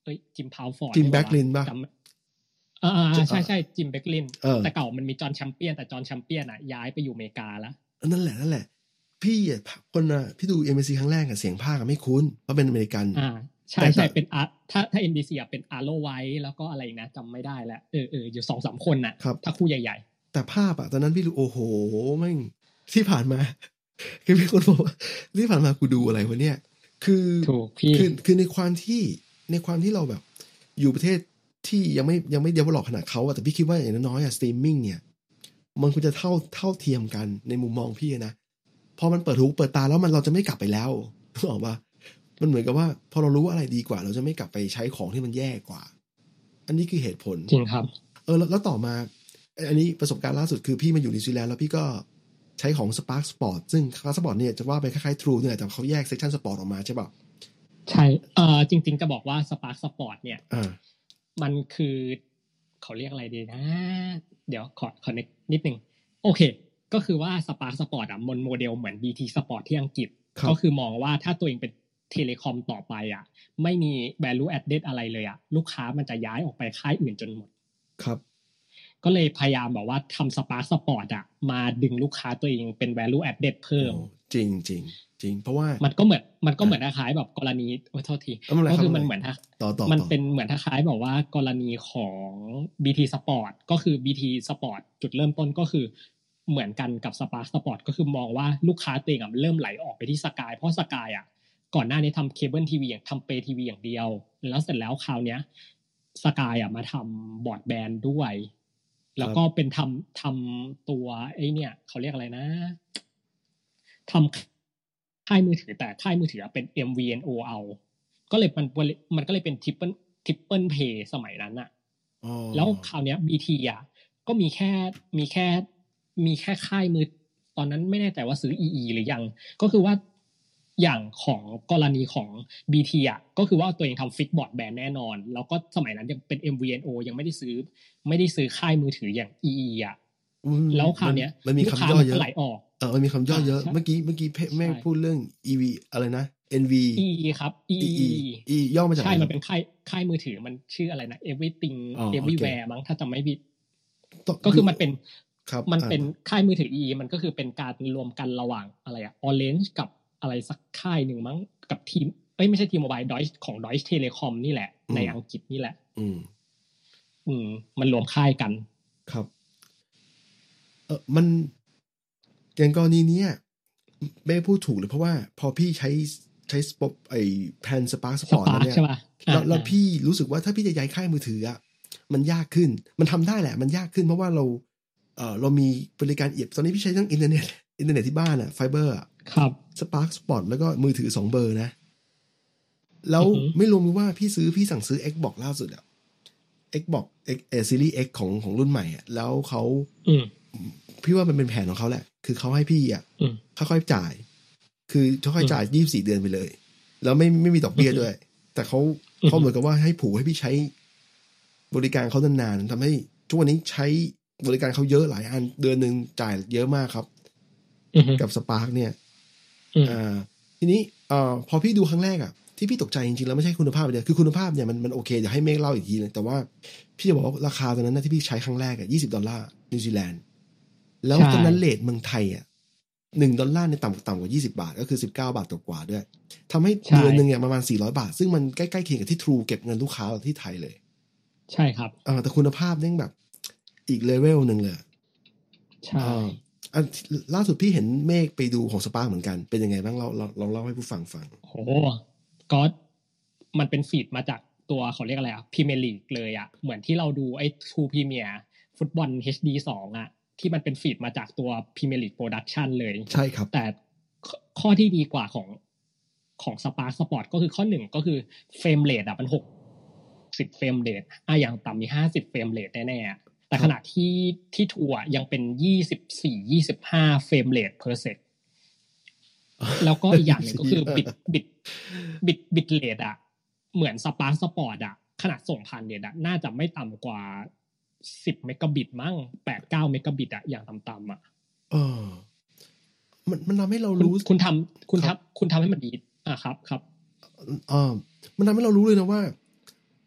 เอ้ยจิมพาวฟอร์ดจิมแบ็กลินป่ะอ่าใช่ใช่จิมแบ็กลินแต่เก่ามันมีจอห์นแชมเปี้ยนแต่จอห์นแชมเปี้ยนอ่ะย้ายไปอยู่อเมริกาแล้วนั่นแหละนั่นแหละพี่อ่ะคนอ่ะพี่ดู เอ็ม บี ซี ครั้งแรกอ่ะเสียงภาคไม่คุ้นเพราะเป็นอเมริกันอ่าใช่ใช่เป็นอาร์ถ้าถ้า เอ็น บี ซี อ่ะเป็นอาร์โลไวท์แล้วก็อะไรนะจำไม่ได้แล้วเออเอออยู่ สองสาม คนน่ะถ้าคู่ใหญ่ๆแต่ภาพอ่ะตอนนั้นพี่ดูโอ้โหแม่งที่ผ่านมาคือมีคนบอกว่าที่ผ่านมากูดูอะไรวะเนี่ยคือถูกพี่คือคือในความที่ในความที่เราแบบอยู่ประเทศที่ยังไม่ยังไม่เดเวลลอปขนาดเขาอะแต่พี่คิดว่าอย่างน้อยๆอะสตรีมมิ่งเนี่ยมันควรจะเท่าเท่าเทียมกันในมุมมองพี่นะพอมันเปิดหูเปิดตาแล้วมันเราจะไม่กลับไปแล้วถูกป่ะมันเหมือนกับว่าพอเรารู้ว่าอะไรดีกว่าเราจะไม่กลับไปใช้ของที่มันแย่กว่าอันนี้คือเหตุผลจริงครับเออแล้วแล้วต่อมาอันนี้ประสบการณ์ล่าสุดคือพี่มาอยู่นิวซีแลนด์แล้วพี่ก็ใช้ของ Spark Sport ซึ่ง Spark Sport เนี่ยจะว่าไปคล้ายๆ True เนี่ยแต่เขาแยก Section Sport ออกมาใช่ป่ะใช่เอ่อจริงๆจะบอกว่า Spark Sport เนี่ยมันคือเขาเรียกอะไรดีนะเดี๋ยวขอขอนิดนึงโอเคก็คือว่า Spark Sport อ่ะมันโมเดลเหมือน บี ที Sport ที่อังกฤษก็คือมองว่าถ้าตัวเองเป็นเทเลคอมต่อไปอ่ะไม่มี value added อะไรเลยอ่ะลูกค้ามันจะย้ายออกไปค่ายอื่นจนหมดครับก็เลยพยายามแบบว่าทำ Spark Sport อ่ะมาดึงลูกค้าตัวเองเป็น value added เพิ่มจริงจริงจริงเพราะว่ามันก็เหมือนมันก็เหมือนคล้ายแบบกรณีโอ้โทษทีก็คือมันเหมือนมันเป็นเหมือนคล้ายแบบว่ากรณีของ บี ที Sport ก็คือ บี ที Sport จุดเริ่มต้นก็คือเหมือนกันกับ Spark Sport ก็คือมองว่าลูกค้าตัวเองอ่ะเริ่มไหลออกไปที่ Sky เพราะ Sky อ่ะก่อนหน้านี้ทำเคเบิลทีวีอย่างทำเปย์ทีวีอย่างเดียวแล้วเสร็จแล้วคราวเนี้ย Sky อ่ะมาทำบอร์ดแบนด์ด้วยแล้วก็เป็นทำทำตัวไอ้เนี่ยเขาเรียกอะไรนะทำค่ายมือถือแต่ค่ายมือถือเป็น เอ็ม วี เอ็น โอ เอาก็เลยมันมันก็เลยเป็นทริปเปิลทริปเปิลเพย์สมัยนั้นน่ะแล้วคราวเนี้ย บี ที อ่ะก็มีแค่มีแค่มีแค่ค่ายมือตอนนั้นไม่แน่ใจว่าซื้อ อี อี หรือยังก็คือว่าอย่างของกรณีของ บี ที อ่ะก็คือว่าตัวเองทำฟิกบอร์ดแบนด์แน่นอนแล้วก็สมัยนั้นยังเป็น เอ็ม วี เอ็น โอ ยังไม่ได้ซื้อไม่ได้ซื้อค่ายมือถืออย่าง อี อี อ่ะแล้วคราวเนี้ยมันมีคำย่อเยอะไหลออกเออมันมีคำย่อเยอะเมื่อกี้เมื่อกี้แม่พูดเรื่อง อี วี อะไรนะ เอ็น วีอี อี ครับ อี อีอีย่อมาจากใช่มันเป็นค่ายค่ายมือถือมันชื่ออะไรนะ everything everywhere มั้งถ้าจำไม่ผิดก็คือมันเป็นมันเป็นค่ายมือถือ อี อี มันก็คือเป็นการรวมกันระหว่างอะไรอะ Orange กับอะไรสักค่ายหนึ่งมั้งกับทีมเอ้ยไม่ใช่ทีมโมบาย Deutsche ของ Deutsche Telekom นี่แหละในอังกฤษนี่แหละอืมอืมมันรวมค่ายกันครับเออมันอย่างกรณีนี้ไม่พูดถูกเลยเพราะว่าพอพี่ใช้ใช้สปอปไอ้แพนสปาร์คสปอร์ตแล้วเนี่ยแล้วแล้วพี่รู้สึกว่าถ้าพี่จะย้ายค่ายมือถืออ่ะมันยากขึ้นมันทำได้แหละมันยากขึ้นเพราะว่าเราเออเรามีบริการเอียบตอนนี้พี่ใช้ทั้งอินเทอร์เน็ตอินเทอร์เน็ตที่บ้านอ่ะไฟเบอร์อ่ะครับสปาร์คสปอร์ตแล้วก็มือถือสองเบอร์นะแล้วไม่รวมว่าพี่ซื้อพี่สั่งซื้อ Xbox ล่าสุดอ่ะ Xbox X เออซีรีส์ X ของของรุ่นใหม่อ่ะแล้วเขาพี่ว่ามันเป็นแผนของเขาแหละคือเขาให้พี่อ่ะค่อยๆจ่ายคือค่อยๆจ่ายยี่สิบสี่เดือนไปเลยแล้วไม่ไม่มีดอกเบี้ยด้วยแต่เขาเขาเหมือนกับว่าให้ผูกให้พี่ใช้บริการเขานานๆทำให้ทุกวันนี้ใช้บริการเขาเยอะหลายอันเดือนนึงจ่ายเยอะมากครับกับ Spark เนี่ยอ่าทีนี้อ่าพอพี่ดูครั้งแรกอ่ะที่พี่ตกใจจริงๆแล้วไม่ใช่คุณภาพเดียวคือคุณภาพเนี่ยมันมันโอเคเดี๋ยวให้เมฆเล่าอีกทีนึงแต่ว่าพี่จะบอกว่าราคาตอนนั้นนะที่พี่ใช้ครั้งแรกอ่ะยี่สิบดอลลาร์นิวซีแลนด์แล้วตอนนั้นเรทเมืองไทยอ่ะหนึ่งดอลลาร์ในต่ำต่ำกว่ายี่สิบบาทก็คือสิบเก้าบาทกว่าๆด้วยทำให้เดือนนึงเนี่ยประมาณสี่ร้อยบาทซึ่งมันใกล้ๆเคียงกับที่ True เก็บเงินลูกค้าที่ไทยเลยใช่ครับอ่าแต่คุณภาพนี่แบบอีกเลเวลนึงเลยใช่อ่าล่าสุดพี่เห็นเมฆไปดูของ Spark เหมือนกันเป็นยังไงบ้างเราเราลองเล่าให้ผู้ฟังฟังโอ้ก็มันเป็นฟีดมาจากตัวเขาเรียกอะไรอ่ะพรีเมียร์ลีกเลยอ่ะเหมือนที่เราดูไอ้ True Premier ฟุตบอล เอช ดี สองอ่ะที่มันเป็นฟีดมาจากตัว Premier League Production เลยใช่ครับแต่ข้อที่ดีกว่าของของ Spark Sport ก็คือข้อหนึ่งก็คือเฟรมเรทอ่ะมันหกสิบเฟรมเรทอ่ะอย่างต่ำมีห้าสิบเฟรมเรทแน่ๆแต่ขณะที่ที่ทัวร์ยังเป็นยี่สิบสี่ ยี่สิบห้าเฟรมเรท per sec แล้วก็อีกอย่างนึงก็คือบิตบิตบิตบิตเรทอ่ะเหมือน Spark Sport อ่ะขนาดส่งผ่านเน็ตอ่ะน่าจะไม่ต่ำกว่าสิบเมกะบิตมั้ง แปด เก้าเมกะบิตอ่ะอย่างต่ำๆอ่ะเออมันมันทำให้เรารู้คุณทำคุณทำคุณทำให้มันดีอ่ะครับครับเออมันทำให้เรารู้เลยนะว่า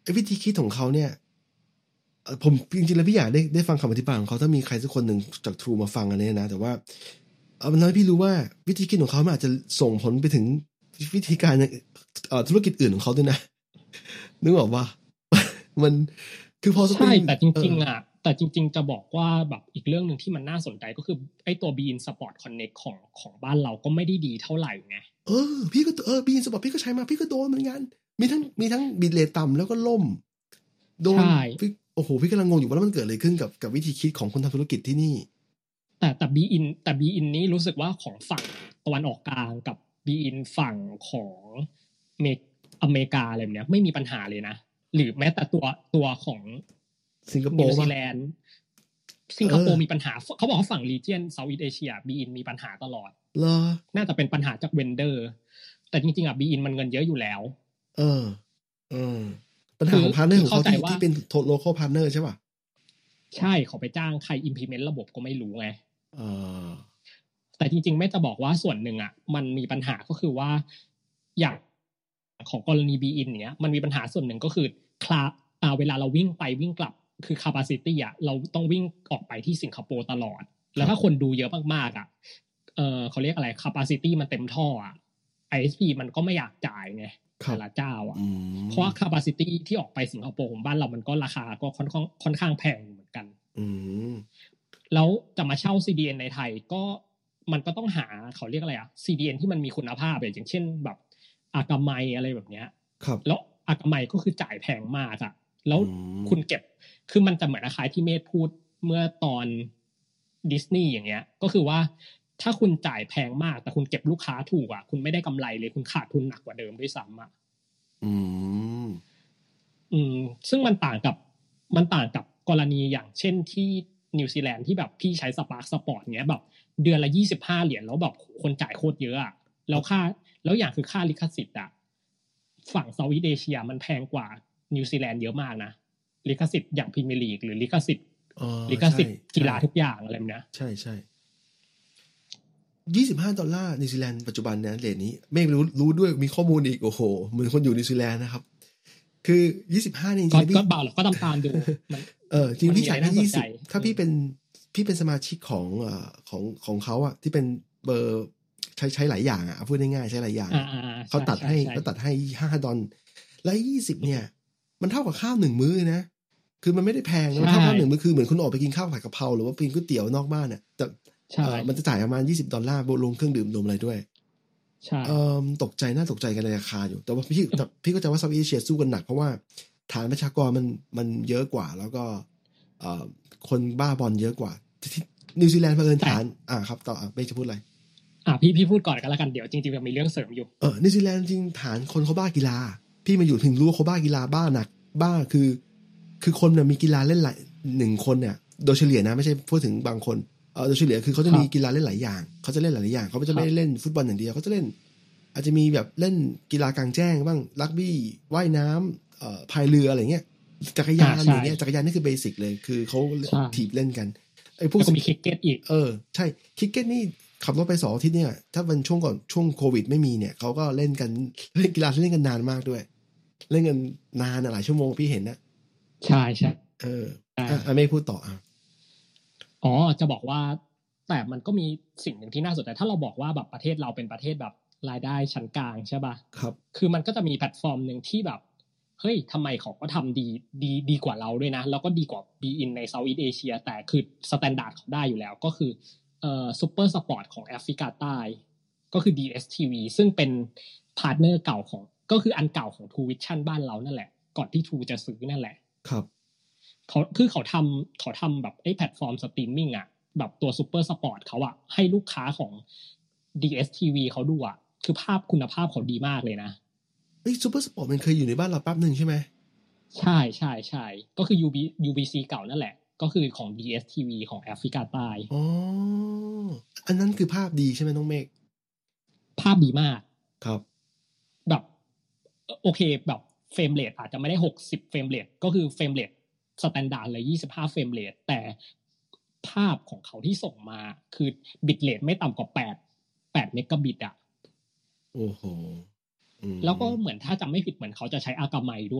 วิธีคิดของเขาเนี่ยผมจริงๆแล้วพี่อยากได้ได้ฟังคำอธิบายของเขาถ้ามีใครสักคนหนึ่งจาก True มาฟังอันนี้นะแต่ว่าเอามันทำให้พี่รู้ว่าวิธีคิดของเขามันอาจจะส่งผลไปถึงวิธีการธุรกิจอื่นของเขาด้วยนะนึกออกป่ะมันคือพอใช่แต่จริงๆอ่ะแต่จริงๆจะบอกว่าแบบอีกเรื่องนึงที่มันน่าสนใจก็คือไอ้ตัว Bein Sport Connect ของของบ้านเราก็ไม่ได้ดีเท่าไหร่ไงเออพี่ก็เออ Bein Sport พี่ก็ใช้มาพี่ก็โดนเหมือนกันมีทั้งมีทั้งบิตเรทต่ำแล้วก็ล่มโดนพี่โอ้โหพี่กำลังงงอยู่ว่าแล้วมันเกิดอะไรขึ้นกับกับวิธีคิดของคนทำธุรกิจที่นี่แต่แต่ Bein แต่ Bein นี้รู้สึกว่าของฝั่งตะวันออกกลางกับ Bein ฝั่งของอเมริกาอะไรแบบเนี้ยไม่มีปัญหาเลยนะหรือแม้แต่ตัวตัวของสิงคโปร์นิวซีแลนด์สิงคโปร์มีปัญหาเขาบอกว่าฝั่ง region Southeast Asia Bein มีปัญหาตลอดเหรอน่าจะเป็นปัญหาจากเวนเดอร์แต่จริงๆอ่ะ Bein มันเงินเยอะอยู่แล้วเออเออปัญหาของพาร์ทเนอร์ของเขาที่ที่เป็น local partner ใช่ป่ะใช่เขาไปจ้างใคร implement ระบบก็ไม่รู้ไงเออแต่จริงๆไม่จะบอกว่าส่วนหนึ่งอ่ะมันมีปัญหาก็คือว่าอย่างของกรณี Bein เนี้ยมันมีปัญหาส่วนหนึ่งก็คือคลาอ่าเวลาเราวิ่งไปวิ่งกลับคือ capacity อ่ะเราต้องวิ่งออกไปที่สิงคโปร์ตลอดแล้วถ้าคนดูเยอะมากๆอ่ะเออเขาเรียกอะไร capacity มันเต็มท่ออ่ะ ไอ เอส พี มันก็ไม่อยากจ่ายไงแต่ละเจ้าอ่ะเพราะว่า capacity ที่ออกไปสิงคโปร์ของบ้านเรามันก็ราคาก็ค่อนข้างค่อนข้างแพงเหมือนกันแล้วจะมาเช่า ซี ดี เอ็น ในไทยก็มันก็ต้องหาเขาเรียกอะไรอ่ะ ซี ดี เอ็น ที่มันมีคุณภาพอย่างเช่นแบบอากาไมอะไรแบบเนี้ยแล้วอากาไมก็คือจ่ายแพงมากอ่ะแล้วคุณเก็บคือมันจะเหมือนคล้ายที่เมธพูดเมื่อตอนดิสนีย์อย่างเงี้ยก็คือว่าถ้าคุณจ่ายแพงมากแต่คุณเก็บลูกค้าถูกอ่ะคุณไม่ได้กำไรเลยคุณขาดทุนหนักกว่าเดิมด้วยซ้ำอ่ะอืมอืมซึ่งมันต่างกับมันต่างกับกรณีอย่างเช่นที่นิวซีแลนด์ที่แบบพี่ใช้สปาร์คสปอร์ตเงี้ยแบบเดือนละยี่สิบห้าเหรียญแล้วแบบคนจ่ายโคตรเยอะอ่ะแล้วค่าแล้วอย่างคือค่าลิขสิทธิ์อ่ะฝั่งเซาท์อีสต์เอเชียมันแพงกว่านิวซีแลนด์เยอะมากนะลิขสิทธิ์อย่างพรีเมียร์ลีกหรือลิขสิทธิ์ลิขสิทธิ์กีฬาทุกอย่างอะไรแบบนี้ใช่ใช่ยี่สิบห้าดอลลาร์นิวซีแลนด์ปัจจุบันเนี่ยเรทนี้เมฆรู้รู้ด้วยมีข้อมูลอีกโอ้โหเหมือนคนอยู่นิวซีแลนด์นะครับคือยี่สิบห้านี่จริงๆก็เบาหรอกก็ตามตามดูเออจริงพี่จ่ายแค่ยี่สิบถ้าพี่เป็นพี่เป็นสมาชิกของเอ่อของของเขาอ่ะที่เป็นเบอร์ใช้ใช้หลายอย่างอ่ะพูดง่ายๆใช้หลายอย่างเขาตัดให้เขาตัดให้ห้าดอลแล้วยี่สิบเนี่ยมันเท่ากับข้าวหนึ่งมื้อนะคือมันไม่ได้แพงนะเท่าข้าวหนึ่งมื้อคือเหมือนคุณออกไปกินข้าวผัดกะเพราหรือว่ากินก๋วยเตี๋ยวนอกบ้านเนี่ยแต่มันจะจ่ายประมาณยี่สิบดอลลาร์รวมเครื่องดื่มรวมอะไรด้วยใช่ตกใจน่าตกใจกันในราคาอยู่แต่ว่าพี่พี่ก็จะว่าเซาท์อีสต์เอเชียสู้กันหนักเพราะว่าฐานประชากรมันมันเยอะกว่าแล้วก็คนบ้าบอลเยอะกว่านิวซีแลนด์เผอิญฐานอ่าครับต่ออ่ะไม่จะพูดอะไรอ่ะพี่พี่พูดก่อนกันแล้วกันเดี๋ยวจริงๆมันมีเรื่องเสริมอยู่เออนิวซีแลนด์จริงฐานคนเขาบ้ากีฬาพี่มาอยู่ถึงรู้ว่าเขาบ้ากีฬาบ้าหนักบ้าคือคือคนเนี่ยมีกีฬาเล่นหลายหนึ่งคนเนี่ยโดยเฉลี่ยนะไม่ใช่พูดถึงบางคนเออโดยเฉลี่ยคือเขาจะมีกีฬาเล่นหลายอย่างเขาจะเล่นหลายอย่างเขาไม่จะไม่เล่นฟุตบอลอย่างเดียวเขาจะเล่นอาจจะมีแบบเล่นกีฬากลางแจ้งบ้างรักบี้ว่ายน้ำเอ่อพายเรืออะไรเงี้ยจักรยานอย่างเงี้ยจักรยานนี่คือเบสิกเลยคือเขาถีบเล่นกันไอ้พวกมีคริกเก็ตอีกเออใช่คริกเก็ตนี่ขับรถไปสองอาทิตย์เนี่ยถ้าเป็นช่วงก่อนช่วงโควิดไม่มีเนี่ยเขาก็เล่นกันเล่นกีฬาเล่นกันนานมากด้วยเล่นกันนานหลายชั่วโมงพี่เห็นนะใช่ใช่เอออ่ะไม่พูดต่ออ่ะอ๋อจะบอกว่าแต่มันก็มีสิ่งหนึ่งที่น่าสนใจถ้าเราบอกว่าแบบประเทศเราเป็นประเทศแบบรายได้ชั้นกลางใช่ป่ะครับคือมันก็จะมีแพลตฟอร์มนึงที่แบบเฮ้ยทำไมเขาก็ทำดีดีดีกว่าเราด้วยนะแล้วก็ดีกว่า Bein ใน Southeast Asia แต่คือสแตนดาร์ดเขาได้อยู่แล้วก็คือเอ่อซุปเปอร์สปอร์ตของแอฟริกาใต้ก็คือ ดี เอส ที วี ซึ่งเป็นพาร์ทเนอร์เก่าของก็คืออันเก่าของ True Vision บ้านเรานั่นแหละก่อนที่ True จะซื้อนั่นแหละครับเขาคือเขาทำเขาทำแบบไอ้แพลตฟอร์มสตรีมมิ่งอ่ะแบบตัวซุปเปอร์สปอร์ตเขาอ่ะให้ลูกค้าของ ดี เอส ที วี เขาดูอ่ะคือภาพคุณภาพเขาดีมากเลยนะเฮ้ยซุปเปอร์สปอร์ตมันเคยอยู่ในบ้านเราแป๊บนึงใช่ไหมใช่ใช่ใช่ก็คือ ยู บี ยู บี ซี เก่านั่นแหละก็คือของ ดี เอส ที วี ของแอฟริกาใต้อ๋ออันนั้นคือภาพดีใช่ไหมน้องเมฆภาพดีมากครับแบบโอเคแบบเฟรมเรทอาจจะไม่ได้หกสิบเฟรมเรทก็คือเฟรมเรทสแตนดาร์ดเลยยี่สิบห้าเฟรมเรทแต่ภาพของเขาที่ส่งมาคือบิตเรทไม่ต่ำกว่าแปด แปดเมกะบิตอ่ะโอ้โหแล้วก็เหมือนถ้าจำไม่ผิดเหมือนเขาจะใช้อากาไมด้วย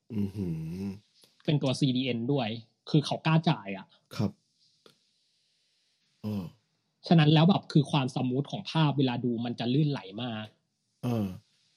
อือหือเป็นตัว ซี ดี เอ็น ด้วยคือเขากล้าจ่ายอ่ะครับอ๋อฉะนั้นแล้วแบบคือความสมูทของภาพเวลาดูมันจะลื่นไหลมากอ่า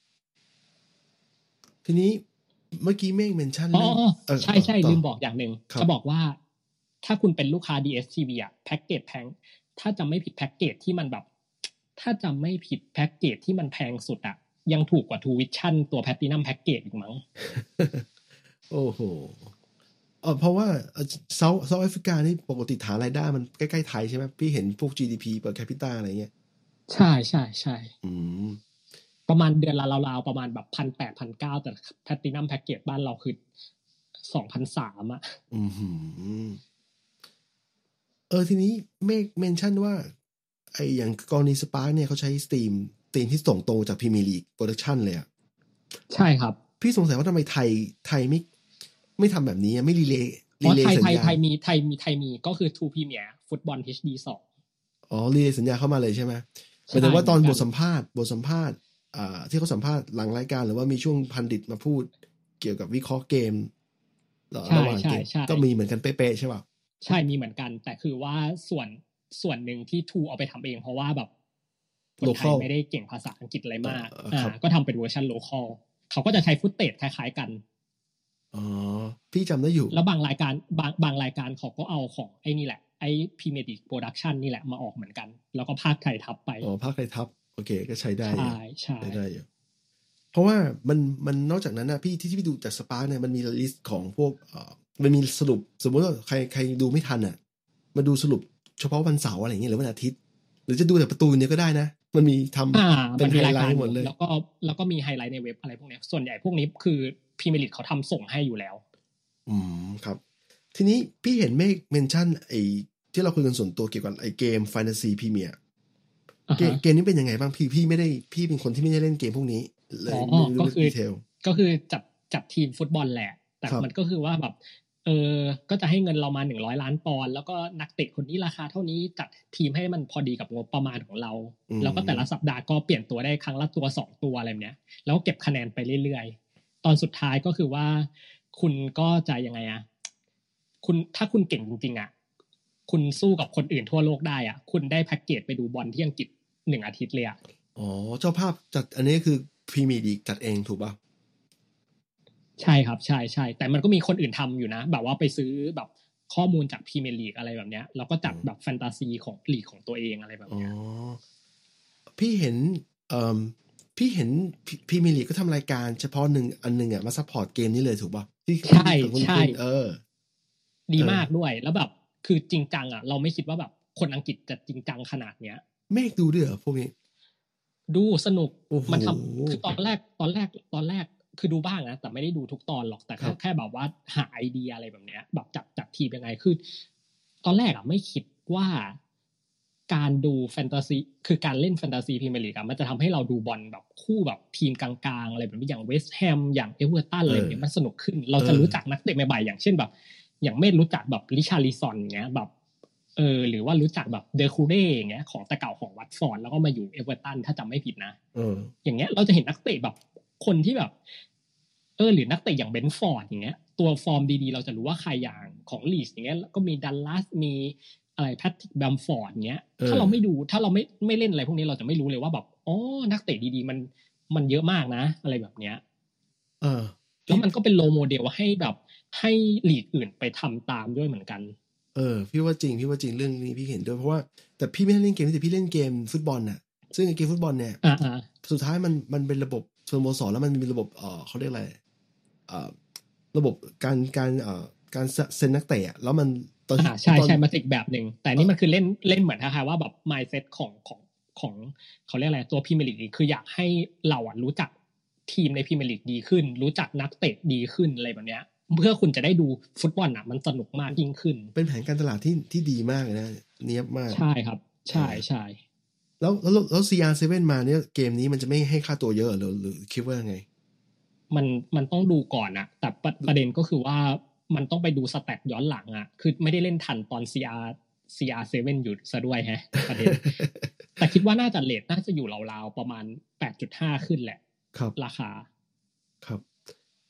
ทีนี้เมื่อกี้เมฆเมนชั่นอ๋อเรื่องเออใช่เออใช่ต่อลืมบอกอย่างหนึ่งครับจะบอกว่าถ้าคุณเป็นลูกค้า ดี เอส ที วี อ่ะแพ็กเกจแพงถ้าจะไม่ผิดแพ็กเกจที่มันแบบถ้าจะไม่ผิดแพ็กเกจที่มันแพงสุดอ่ะยังถูกกว่า ทู Vision ตัว Platinum Package อีกมั้งโอ้โหเออเพราะว่าเซาท์เซาท์แอฟริกานี่ปกติฐานรายได้มันใกล้ๆไทยใช่ไหมพี่เห็นพวก จี ดี พี per capita อะไรเงี้ยใช่ใช่ใช่อืมประมาณเดือนละราวๆประมาณแบบพันแปดพันเก้าแต่ Platinum Package บ้านเราคือสองพันสามอ่ะอืมเออทีนี้เมฆเมนชั่นว่าไออย่างกรณีสปาร์กเนี่ยเขาใช้สตรีมสตรีมที่ส่งตรงจากพรีเมียร์ลีกโปรดักชันเลยอ่ะใช่ครับพี่สงสัยว่าทำไมไทยไทยไม่ไม่ทำแบบนี้ไม่รีเลย์อ๋อไทยรีเลย์สัญญาไทยไทยมีไทยมีไทยมีก็คือ ทู Premier ฟุตบอล เอช ดี สองอ๋อรีเลย์สัญญาเข้ามาเลยใช่ไหมหมายถึงว่าตอนบทสัมภาษณ์บทสัมภาษณ์อ่าที่เขาสัมภาษณ์หลังรายการหรือว่ามีช่วงพันดิตมาพูดเกี่ยวกับวิเคราะห์เกมระหว่างเกมก็มีเหมือนกันเป๊ะๆใช่ป่ะใช่มีเหมือนกันแต่คือว่าส่วนส่วนหนึ่งที่ทูเอาไปทำเองเพราะว่าแบบคนไทยไม่ได้เก่งภาษาอังกฤษอะไรมากอ่าก็ทำเป็นเวอร์ชันโลคอลเขาก็จะใช้ฟุตเตจคล้ายๆกันอ๋อพี่จำได้อยู่แล้วบางรายการบางบางรายการเขาก็เอาของไอ้นี่แหละไอ้พรีเมียร์ลีกโปรดักชันนี่แหละมาออกเหมือนกันแล้วก็ภาคไทยทับไปอ๋อภาคไทยทับโอเคก็ใช้ได้ใช่ใช่ใช้ได้อยู่เพราะว่ามันมันนอกจากนั้นนะพี่ที่ที่พี่ดูจากสปาร์เนี่ยมันมีลิสต์ของพวกเอ่อมันมีสรุปสมมติว่าใครใครดูไม่ทันอ่ะมาดูสรุปเฉพาะวันเสาร์อะไรอย่างเงี้ยหรือวันอาทิตย์หรือจะดูแต่ประตูเนี่ยก็ได้นะมันมีทำเป็นไฮไลท์หมดเลยแล้วก็แล้วก็มีไฮไลท์ในเว็บอะไรพวกนี้ส่วนใหญ่พวกนี้คือพรีเมียร์ลีกเขาทำส่งให้อยู่แล้วอืมครับทีนี้พี่เห็นเมฆเมนชั่นไอ้ที่เราคุยกันส่วนตัวเกี่ยวกับไอ้เกมแฟนตาซีพรีเมียร์เกมนี้เป็นยังไงบ้างพี่พี่ไม่ได้พี่เป็นคนที่ไม่ได้เล่นเกมพวกนี้เลยไม่รู้ดีเทลก็คือจับจับทีมฟุตบอลแหละแต่มันก็คือว่าแบบเออก็จะให้เงินเรามาหนึ่งร้อยล้านปอนด์แล้วก็นักเตะคนนี้ราคาเท่านี้จัดทีมให้มันพอดีกับงบประมาณของเราแล้วก็แต่ละสัปดาห์ก็เปลี่ยนตัวได้ครั้งละตัวสองตัวอะไรแบบเนี้ยแล้วเก็บคะแนนไปเรื่อยๆตอนสุดท้ายก็คือว่าคุณก็จะยังไงอะคุณถ้าคุณเก่งจริงๆอะคุณสู้กับคนอื่นทั่วโลกได้อะคุณได้แพ็กเกจไปดูบอลที่อังกฤษหนึ่งอาทิตย์เลยอะอ๋อเจ้าภาพจัดอันนี้คือพรีเมียร์ลีกจัดเองถูกป่ะใช่ครับใช่ใช่แต่มันก็มีคนอื่นทำอยู่นะแบบว่าไปซื้อแบบข้อมูลจากพรีเมียร์ลีกอะไรแบบเนี้ยแล้วก็จัดแบบแฟนตาซีของลีกของตัวเองอะไรแบบเนี้ยอ๋อพี่เห็นเอ่อพี่เห็นพรีเมียร์ลีกก็ทำรายการเฉพาะหนึ่งอันหนึ่งอ่ะมาซัพพอร์ตเกมนี้เลยถูกป่ะที่ใช่ใช่เออดีมากด้วยแล้วแบบคือจริงจังอ่ะเราไม่คิดว่าแบบคนอังกฤษจะจริงจังขนาดเนี้ยเมฆดูด้วยเหรอพวกนี้ดูสนุกมันทำคือตอนแรกตอนแรกตอนแรกคือดูบ้างนะแต่ไม่ได้ดูทุกตอนหรอกแต่แค่แค่แบบว่าหาไอเดียอะไรแบบเนี้ยแบบจัดจัดทีมยังไงคือตอนแรกอ่ะไม่คิดว่าการดูแฟนตาซีคือการเล่นแฟนตาซีพรีเมียร์ลีกอ่ะมันจะทำให้เราดูบอลแบบคู่แบบทีมกลางๆอะไรแบบนี้อย่างเวสต์แฮมอย่างเอเวอร์ตันอะไรแบบนี้มันสนุกขึ้นเราจะรู้จักนักเตะใหม่ๆอย่างเช่นแบบอย่างเมธรู้จักแบบริชาร์ลิซอนอย่างเงี้ยแบบเออหรือว่ารู้จักแบบเดคูเร่อย่างเงี้ยของแต่เก่าของวัตฟอร์ดแล้วก็มาอยู่เอเวอร์ตันถ้าจำไม่ผิดนะอย่างเงี้ยเราจะเห็นนักเตะแบบคนที่แบบเออหรือนักเตะอย่างเบนฟอร์ดอย่างเงี้ยตัวฟอร์มดีๆเราจะรู้ว่าใครอย่างของลีสอย่างเงี้ยก็มีดัลลัสมีอะไรแพทริกแบมฟอร์ดเงี้ยถ้าเราไม่ดูถ้าเราไม่ไม่เล่นอะไรพวกนี้เราจะไม่รู้เลยว่าแบบอ๋อนักเตะดีๆมันมันเยอะมากนะอะไรแบบเนี้ยเออแล้วมันก็เป็นโลโมเดลให้แบบให้ลีกอื่นไปทำตามด้วยเหมือนกันเออพี่ว่าจริงพี่ว่าจริงเรื่องนี้พี่เห็นด้วยเพราะว่าแต่พี่ไม่ได้เล่นเกมแต่พี่เล่นเกมฟุตบอลน่ะซึ่งเกมฟุตบอลเนี่ยสุดท้ายมันมันเป็นระบบสโมสรแล้วมันมีระบบเออเขาเรียกอะไรเออระบบการการเอ่อการเซ็นนักเตะแล้วมันตอนใช่ใช่มันอีกแบบหนึ่งแต่นี่มันคือเล่นเล่นเหมือนคล้ายๆว่าแบบ mindset ของของของเขาเรียกอะไรตัวพรีเมียร์ลีกคืออยากให้เราอ่ะรู้จักทีมในพรีเมียร์ลีกดีขึ้นรู้จักนักเตะดีขึ้นอะไรแบบเนี้ยเพื่อคุณจะได้ดูฟุตบอลอ่ะมันสนุกมากยิ่งขึ้นเป็นแผนการตลาดที่ที่ดีมากนะเนียบมากใช่ครับใช่ใช่แล้วแล้วแล้ว ซี อาร์ เซเว่น มาเนี่ยเกมนี้มันจะไม่ให้ค่าตัวเยอะหรือหรือคิดว่าไงมันมันต้องดูก่อนอะแต่ประเด็นก็คือว่ามันต้องไปดูสแตทย้อนหลังอะคือไม่ได้เล่นทันตอน ซี อาร์ ซี อาร์ เซเว่น อยู่ซะด้วยฮะประเด็นแต่คิดว่าน่าจะเรทน่าจะอยู่ราวๆประมาณ แปดจุดห้า ขึ้นแหละครับราคาครับอ่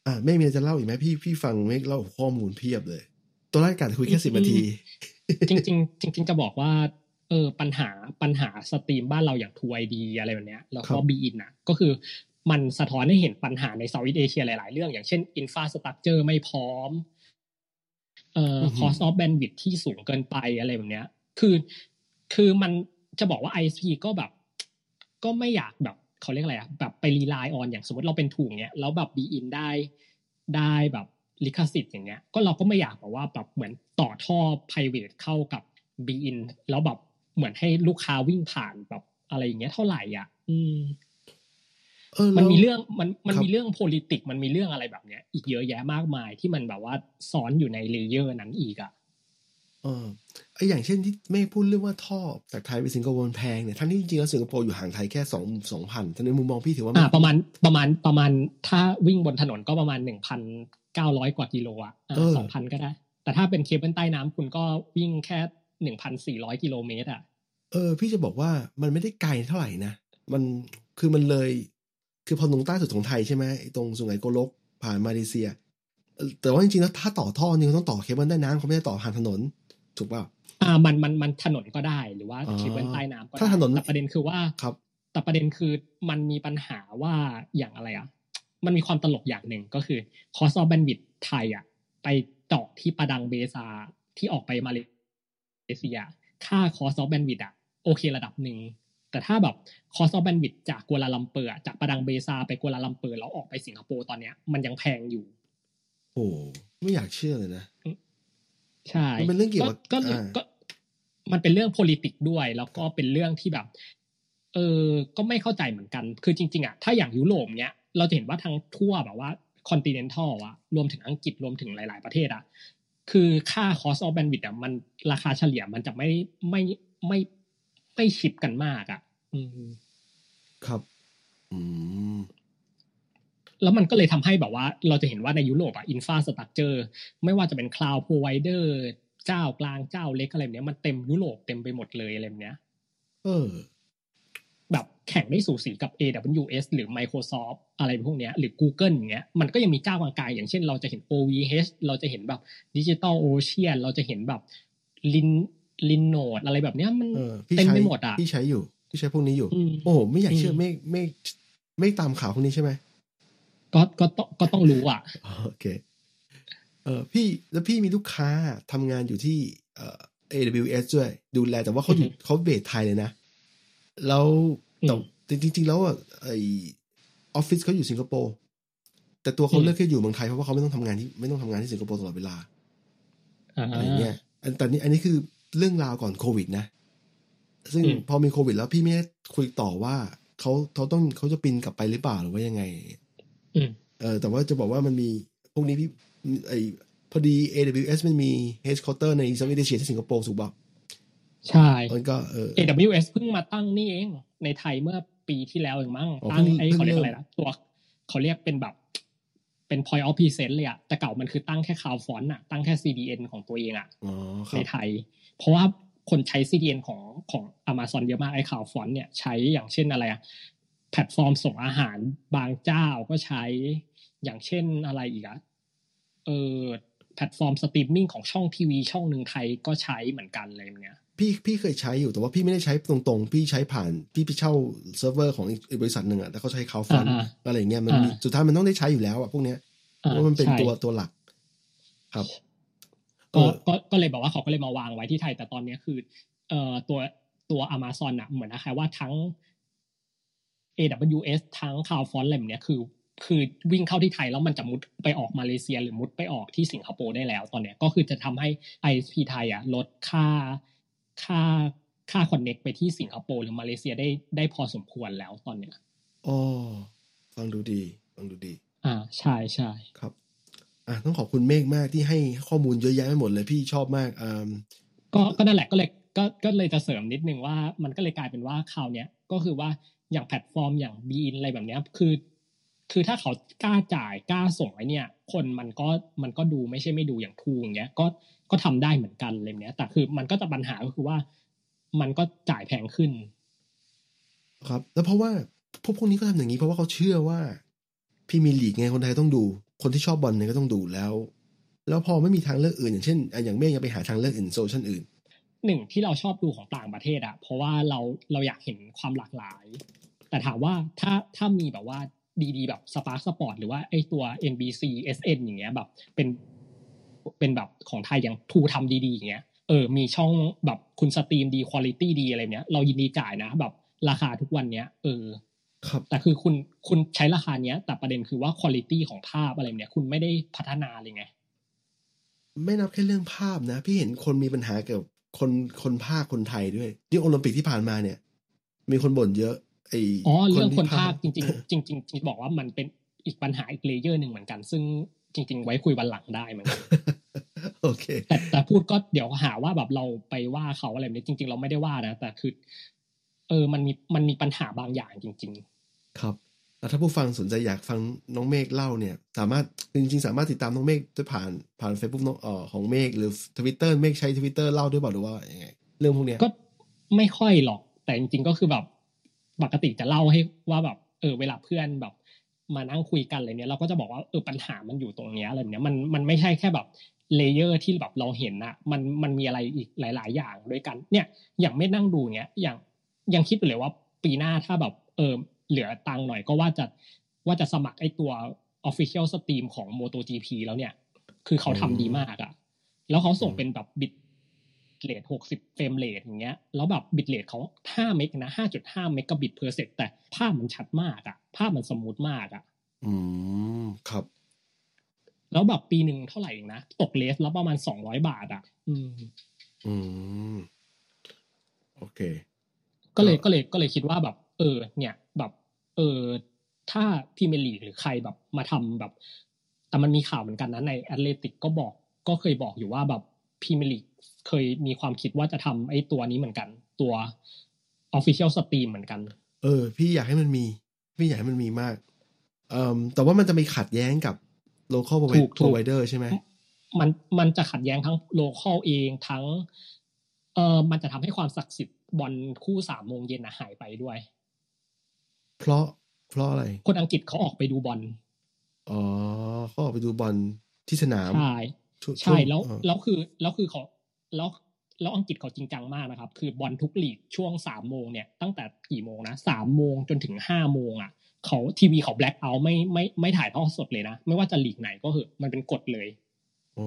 อ่ะไม่มีอะไรจะเล่าอีกไหมพี่พี่ฟังเมฆเล่าข้อมูลเพียบเลยตัวแรกการคุยแค่สิบนาทีจริงๆจริงๆจะบอกว่าเออปัญหาปัญหาสตรีมบ้านเราอย่าง ทู ไอ ดี อะไรแบบเนี้ยแล้วก็ บี อิน น่ะก็คือมันสะท้อนให้เห็นปัญหาในเซาท์อีสต์เอเชียหลายๆเรื่องอย่างเช่น infrastructure ไม่พร้อมเอ่อ cost of bandwidth ที่สูงเกินไปอะไรแบบเนี้ยคือคือมันจะบอกว่า ไอ เอส พี ก็แบบก็ไม่อยากแบบเขาเรียกอะไรอ่ะแบบไป rely on อย่างสมมติเราเป็นถูกเงี้ยแล้วแบบ บี อิน ได้ได้แบบลิขสิทธิ์อย่างเงี้ยก็เราก็ไม่อยากแบบว่าแบบเหมือนต่อท่อ private เข้ากับ บี อิน แล้วแบบเหมือนให้ลูกค้าวิ่งผ่านแบบอะไรอย่างเงี้ยเท่าไหร่อ่ะอืมเออมันมีเรื่องมันมันมีเรื่อง politics มันมีเรื่องอะไรแบบเนี้ยอีกเยอะแยะมากมายที่มันแบบว่าซ้อนอยู่ในเลเยอร์นั้นอีกอ่ะเออไออย่างเช่นที่ไม่พูดเรื่องว่าท่อจากไทยไปสิงคโปร์มันแพงเนี่ยทั้งที่จริงๆแล้วสิงคโปร์อยู่ห่างไทยแค่สองสองพันในมุมมองพี่ถือว่าอ่าประมาณประมาณประมาณถ้าวิ่งบนถนนก็ประมาณหนึ่งพันเก้าร้อยกว่ากิโลอ่ะสองพันก็ได้แต่ถ้าเป็นเคเบิลใต้น้ำคุณก็วิ่งแค่หนึ่งพันสี่ร้อยกิโลเมตรอ่ะเออพี่จะบอกว่ามันไม่ได้ไกลเท่าไหร่นะมันคือมันเลยคือพอลงใต้สุดของไทยใช่ไหมตรงสุไหงโกลกผ่านมาเลเซียแต่ว่าจริงๆแล้วถ้าต่อท่อนี่ต้องต่อเคเบิลใต้น้ำเขาไม่ได้ต่อผ่านถนนถูกป่ะอ่ามันมันมันถนนก็ได้หรือว่าเคเบิลใต้น้ำก็ได้แต่ประเด็นคือว่าแต่ประเด็นคือมันมีปัญหาว่าอย่างอะไรอ่ะมันมีความตลกอย่างหนึ่งก็คือ cost of bandwidth ไทยอ่ะไปเจาะที่ปะดังเบซาที่ออกไปมาเลเซียค่า cost of bandwidth อ่ะโอเคระดับหนึ่งแต่ถ้าแบบ cost of bandwidth จากกัวลาลัมเปอร์จากปะดังเบซาไปกัวลาลัมเปอร์แล้วออกไปสิงคโปร์ตอนเนี้ยมันยังแพงอยู่โอ้ไม่อยากเชื่อเลยนะใช่มันเป็นเรื่องเกี่ยวกับก็ก็มันเป็นเรื่อง politics ด้วยแล้วก็เป็นเรื่องที่แบบเออก็ไม่เข้าใจเหมือนกันคือจริงๆอ่ะถ้าอย่างยุโรปเนี้ยเราจะเห็นว่าทั้งทั่วแบบว่า continental อ่ะรวมถึงอังกฤษรวมถึงหลายๆประเทศอ่ะคือค่า cost of bandwidth อ่ะมันราคาเฉลี่ยมันจะไม่ไม่ไม่ไม่ชิปกันมากอ่ะอืมครับอืมแล้วมันก็เลยทำให้แบบว่าเราจะเห็นว่าในยุโรปอ่ะ infrastructure ไม่ว่าจะเป็น cloud provider เจ้ากลางเจ้าเล็กอะไรแบบนี้มันเต็มยุโรปเต็มไปหมดเลยอะไรแบบเนี้ยเออแบบแข่งได้สูสีกับ เอ ดับเบิลยู เอส หรือ Microsoft อะไรพวกเนี้ยหรือ Google อย่างเงี้ยมันก็ยังมีเจ้ากลางๆอย่างเช่นเราจะเห็น โอ วี เอช เราจะเห็นแบบ Digital Ocean เราจะเห็นแบบ Lin Linode อะไรแบบเนี้ยมันเต็มไปหมดอ่ะพี่ใช้อยู่พี่ใช้พวกนี้อยู่โอ้โหไม่อยากเชื่อไม่ไม่ไม่ตามข่าวพวกนี้ใช่ไหมก็ก็ต้องก็ต้องรู้อ่ะโอเคเออพี่แล้วพี่มีลูกค้าทำงานอยู่ที่เอ่อ เอ ดับเบิลยู เอส ด้วยดูแลแต่ว่าเขาอยู่เขาเบสไทยเลยนะแล้วแต่จริงๆแล้วอ่ะไอออฟฟิศเขาอยู่สิงคโปร์แต่ตัวเขาเลือกแค่อยู่เมืองไทยเพราะว่าเขาไม่ต้องทำงานที่ไม่ต้องทำงานที่สิงคโปร์ตลอดเวลาอะไรเงี้ยอันแต่นี้อันนี้คือเรื่องราวก่อนโควิดนะซึ่งพอมีโควิดแล้วพี่ไม่ได้คุยต่อว่าเขาเขาต้องเขาจะปินกลับไปหรือเปล่าหรือว่ายังไงเออแต่ว่าจะบอกว่ามันมีพวกนี้พี่ไอพอดี เอ ดับเบิลยู เอส มันมี headquarter ใน Southeast Asia ที่สิงคโปร์ถูกป่ะใช่มันก็เออเอ ดับเบิลยู เอส เพิ่งมาตั้งนี่เองในไทยเมื่อปีที่แล้วเองมั้งตั้งไอ้เขาเรียกอะไรนะตัวเขาเรียกเป็นแบบเป็น point of presence เลยอะแต่เก่ามันคือตั้งแค่ Cloud Front อะตั้งแค่ ซี ดี เอ็น ของตัวเองอะในไทยเพราะว่าคนใช้ ซี ดี เอ็น ของของ Amazon เยอะมากไอ้ Cloud Front เนี่ยใช้อย่างเช่นอะไรอะแพลตฟอร์มส่งอาหารบางเจ้าก็ใช้อย่างเช่นอะไรอีกอะเออแพลตฟอร์มสตรีมมิ่งของช่องทีวีช่องนึงไทยก็ใช้เหมือนกันเลยเนี้ยพี่พี่เคยใช้อยู่แต่ว่าพี่ไม่ได้ใช้ตรงๆพี่ใช้ผ่านพี่ไปเช่าเซิร์ฟเวอร์ของอีกบริษัทหนึ่งอ่ะแต่เขาใช้Cloud Frontอะไรอย่างเงี้ยมันสุดท้ายมันต้องได้ใช้อยู่แล้วอ่ะพวกเนี้ยเพราะมันเป็นตัวตัวหลักครับก็ก็ก็เลยบอกว่าเขาก็เลยมาวางไว้ที่ไทยแต่ตอนนี้คือเอ่อตัวตัว Amazon อ่ะเหมือนนะคะว่าทั้ง เอ ดับเบิลยู เอส ทั้ง Cloud Front อะไรแบบเนี้ยคือคือวิ่งเข้าที่ไทยแล้วมันจะมุดไปออกมาเลเซียหรือมุดไปออกที่สิงคโปร์ได้แล้วตอนเนี้ยก็คือจะทำให้ ไอ เอส พี ไทยอ่ะลดค่าค่าค่าคอนเน็กไปที่สิงคโปร์หรือมาเลเซียได้ได้พอสมควรแล้วตอนเนี้ยอ๋อฟังดูดีฟังดูดีอ่าใช่ใช่ครับอ่ะต้องขอบคุณเมฆมากที่ให้ข้อมูลเยอะแยะไปหมดเลยพี่ชอบมากอ่าก็ก็นั่นแหละก็เลยก็ก็เลยจะเสริมนิดนึงว่ามันก็เลยกลายเป็นว่าคราวเนี้ยก็คือว่าอย่างแพลตฟอร์มอย่าง บี อิน อะไรแบบเนี้ยคือคือถ้าเขากล้าจ่ายกล้าส่งไอ้เนี่ยคนมันก็มันก็ดูไม่ใช่ไม่ดูอย่างทูอย่างเงี้ยก็ก็ทำได้เหมือนกันอะไรเนี้ยแต่คือมันก็จะปัญหาก็คือว่ามันก็จ่ายแพงขึ้นครับแล้วเพราะว่าพวกพวกนี้ก็ทำอย่างนี้เพราะว่าเขาเชื่อว่าพรีเมียร์ลีกไงคนไทยต้องดูคนที่ชอบบอลเนี่ยก็ต้องดูแล้วแล้วพอไม่มีทางเลือกอื่นอย่างเช่นอย่างเมฆยังไปหาทางเลือกอื่นโซลูชันอื่นหนึ่งที่เราชอบดูของต่างประเทศอ่ะเพราะว่าเราเราอยากเห็นความหลากหลายแต่ถามว่าถ้าถ้ามีแบบว่าดีๆแบบ Spark Sport หรือว่าไอตัว เอ็น บี ซี เอส เอ็น อย่างเงี้ยแบบเป็นเป็นแบบของไทยอย่างทูทำดีๆอย่างเงี้ยเออมีช่องแบบคุณสตรีมดีควอลิตี้ดีอะไรเนี้ยเรายินดีจ่ายนะแบบราคาทุกวันเนี้ยเออครับแต่คือคุณคุณใช้ราคาเนี้ยแต่ประเด็นคือว่าควอลิตี้ของภาพอะไรเนี้ยคุณไม่ได้พัฒนาเลยไงไม่นับแค่เรื่องภาพนะพี่เห็นคนมีปัญหาเกี่ยวกับคนคนภาคคนไทยด้วยที่โอลิมปิกที่ผ่านมาเนี่ยมีคนบ่นเยอะไอ้อ๋อเรื่องคนภาคจริงๆจริงๆจริงๆบอกว่ามันเป็นอีกปัญหาอีกเลเยอร์นึงเหมือนกันซึ่งจริงๆไว้คุยวันหลังได้เหมือนกันโอเคแต่แต่พูดก็เดี๋ยวหาว่าแบบเราไปว่าเขาอะไรแบบนี้จริงๆเราไม่ได้ว่านะแต่คือเออมันมีมันมีปัญหาบางอย่างจริงๆครับแล้วถ้าผู้ฟังสนใจอยากฟังน้องเมฆเล่าเนี่ยสามารถจริงๆสามารถติดตามน้องเมฆด้วยผ่านผ่าน Facebook น้องเอ่อของเมฆหรือ Twitter เมฆใช้ Twitter เล่าด้วยเปล่าหรือว่ายังไงเรื่องพวกเนี้ยก็ไม่ค่อยหรอกแต่จริงๆก็คือแบบปกติจะเล่าให้ว่าแบบเออเวลาเพื่อนแบบมานั่งคุยกันอะไรเนี้ยเราก็จะบอกว่าเออปัญหามันอยู่ตรงเนี้ยอะไรแบบเนี้ยมันมันไม่ใช่แค่แบบเลเยอร์ที่แบบเราเห็นนะมันมันมีอะไรอีกหลายๆอย่างด้วยกันเนี่ยอย่างไม่นั่งดูเนี้ยอย่างยังคิดอยู่เลยว่าปีหน้าถ้าแบบเออเหลือตังค์หน่อยก็ว่าจะว่าจะสมัครไอ้ตัว Official Stream ของ MotoGP แล้วเนี่ยคือเขาทำดีมากอะแล้วเขาส่งเป็นแบบบิตเรทหกสิบเฟรมเรทอย่างเงี้ยแล้วแบบบิตเรทเขาห้าเมกนะ ห้าจุดห้า เมกะบิตเพอร์เซกแต่ภาพมันชัดมากอ่ะภาพมันสมูทมากอ่ะอืมครับแล้วแบบปีนึงเท่าไหร่เองนะตกเลสแล้วประมาณสองร้อยบาทอ่ะอืมอืมโอเคก็เลยก็เลยก็เลยคิดว่าแบบเออเนี่ยแบบเออถ้าพรีเมียร์ลีกหรือใครแบบมาทำแบบแต่มันมีข่าวเหมือนกันนะในแอตเลติกก็บอกก็เคยบอกอยู่ว่าแบบพรีเมียร์ลีกเคยมีความคิดว่าจะทำไอ้ตัวนี้เหมือนกันตัว Official Stream เหมือนกันเออพี่อยากให้มันมีพี่อยากให้มันมีมากเอ่อแต่ว่ามันจะมีขัดแย้งกับ local provider ใช่ไหมมันมันจะขัดแย้งทั้ง local เองทั้งเออมันจะทำให้ความศักดิ์สิทธิ์บอลคู่สามโมงเย็นหายไปด้วยเพราะเพราะอะไรคนอังกฤษเขาออกไปดูบอลอ๋อเขาออกไปดูบอลที่สนามใช่ใช่แล้วแล้วคือแล้วคือเขาแล้วแล้วอังกฤษเขาจริงจังมากนะครับคือบอลทุกลีกช่วงสามโมงเนี่ยตั้งแต่กี่โมงนะสามโมงจนถึงห้าโมงอ่ะเขาทีวีเขาแบล็คเอาท์ไม่ไม่ไม่ถ่ายทอดสดเลยนะไม่ว่าจะลีกไหนก็เหอะมันเป็นกฎเลยอ๋อ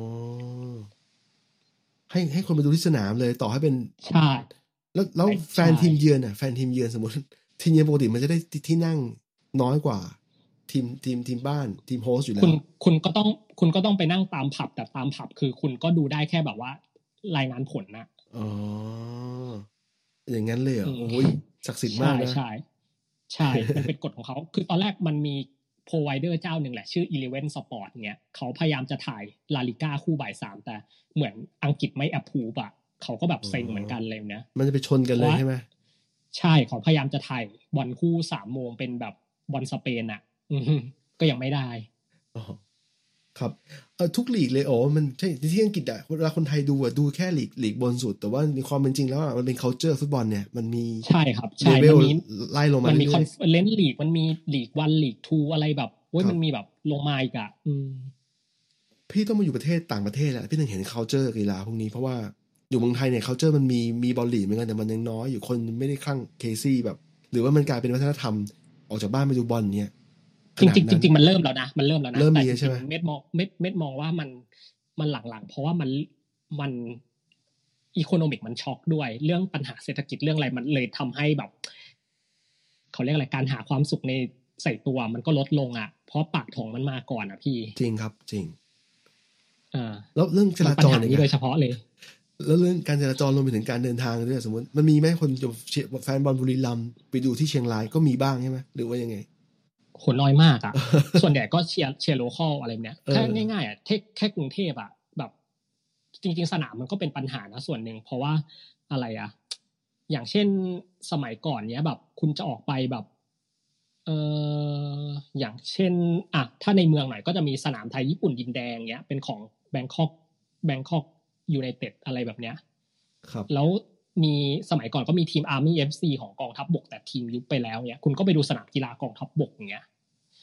ให้ให้คนไปดูที่สนามเลยต่อให้เป็นใช่แล้วแล้วแฟนทีมเยือนอ่ะแฟนทีมเยือนสมมติทีมเยือนปกติมันจะได้ที่นั่งน้อยกว่าทีมทีมทีมบ้านทีมโฮสต์อยู่แล้วคุณคุณก็ต้องคุณก็ต้องไปนั่งตามผับแต่ตามผับคือคุณก็ดูได้แค่แบบว่ารายงานผลนะอ๋ออย่างนั้นเลยเหรอโอ้ยศักดิ์สิทธิ์มากนะใช่ใช่มันเป็นกฎของเขาคือตอนแรกมันมี provider เจ้าหนึ่งแหละชื่อ Eleven Sport เงี้ยเขาพยายามจะถ่ายลาลิก้าคู่บ่ายสามแต่เหมือนอังกฤษไม่ approve อ่ะเขาก็แบบเซ็งเหมือนกันเลยนะมันจะไปชนกันเลยใช่ไหมใช่เขาพยายามจะถ่ายบอลคู่สามโมงเป็นแบบบอลสเปนอ่ะก็ยังไม่ได้อ๋อครับเออทุกลีกเลยโอ้มันใช่ที่อังกฤษอ่ะเวลาคนไทยดูอ่ะดูแค่ลีกลีกบนสุดแต่ว่าในความเป็นจริงแล้วอ่ะมันเป็น culture ฟุตบอลเนี่ยมันมีใช่ครับใช่มันมีไล่ลงมามันมีคอนเฟอเรนซ์ลีกมันมีลีกวันลีกทูอะไรแบบโอ้ยมันมีแบบลงมาอีกอ่ะอืมพี่ต้องมาอยู่ประเทศต่างประเทศแหละพี่ถึงเห็น culture กีฬาพวกนี้เพราะว่าอยู่เมืองไทยเนี่ย culture มันมีมีบอลลีกเหมือนกันแต่มันยังน้อยอยู่คนไม่ได้คลั่งเคซี่แบบหรือว่ามันกลายเป็นวัฒนธรรมออกจากบ้านไปดูบอลเนี่ยจริงๆจริงๆมันเริ่มแล้วนะมันเริ่มแล้วนะเริ่มแต่มีจใช่ริงไหมๆเม็ดมองเม็ดเม็ดมองว่ามันมันหลังๆเพราะว่ามันมันอีโคโนมิกมันช็อกด้วยเรื่องปัญหาเศรษฐกิจเรื่องอะไรมันเลยทำให้แบบเขาเรียกอะไรการหาความสุขในใส่ตัวมันก็ลดลงอ่ะเพราะปากท้องมันมาก่อนอ่ะพี่จริงครับจริงอ่าแล้วเรื่องจราจรนี่โดยเฉพาะเลยแล้วเรื่องการจราจรรวมไปถึงการเดินทางด้วยสมมติมันมีไหมคนแฟนบอลบุรีรัมย์ไปดูที่เชียงรายก็มีบ้างใช่ไหมหรือว่ายังไงโหน้อยมากอ่ะ ส่วนใหญ่ก็เชียร์เชียร์โลคอลอะไรเนี้ยแค่ง่ายๆอ่ะแค่แค่กรุงเทพอ่ะแบบจริงๆสนามมันก็เป็นปัญหานะส่วนหนึ่งเพราะว่าอะไรอ่ะอย่างเช่นสมัยก่อนเนี้ยแบบคุณจะออกไปแบบเอออย่างเช่นอ่ะถ้าในเมืองหน่อยก็จะมีสนามไทยญี่ปุ่นดินแดงเนี้ยเป็นของแบงคอกแบงคอกยูไนเต็ดอะไรแบบเนี้ยครับแล้วมีสมัยก่อนก็มีทีม Army เอฟ ซี ของกองทัพบกแต่ทีมยุบไปแล้วเนี้ยคุณก็ไปดูสนามกีฬากองทัพบกอย่างเงี้ย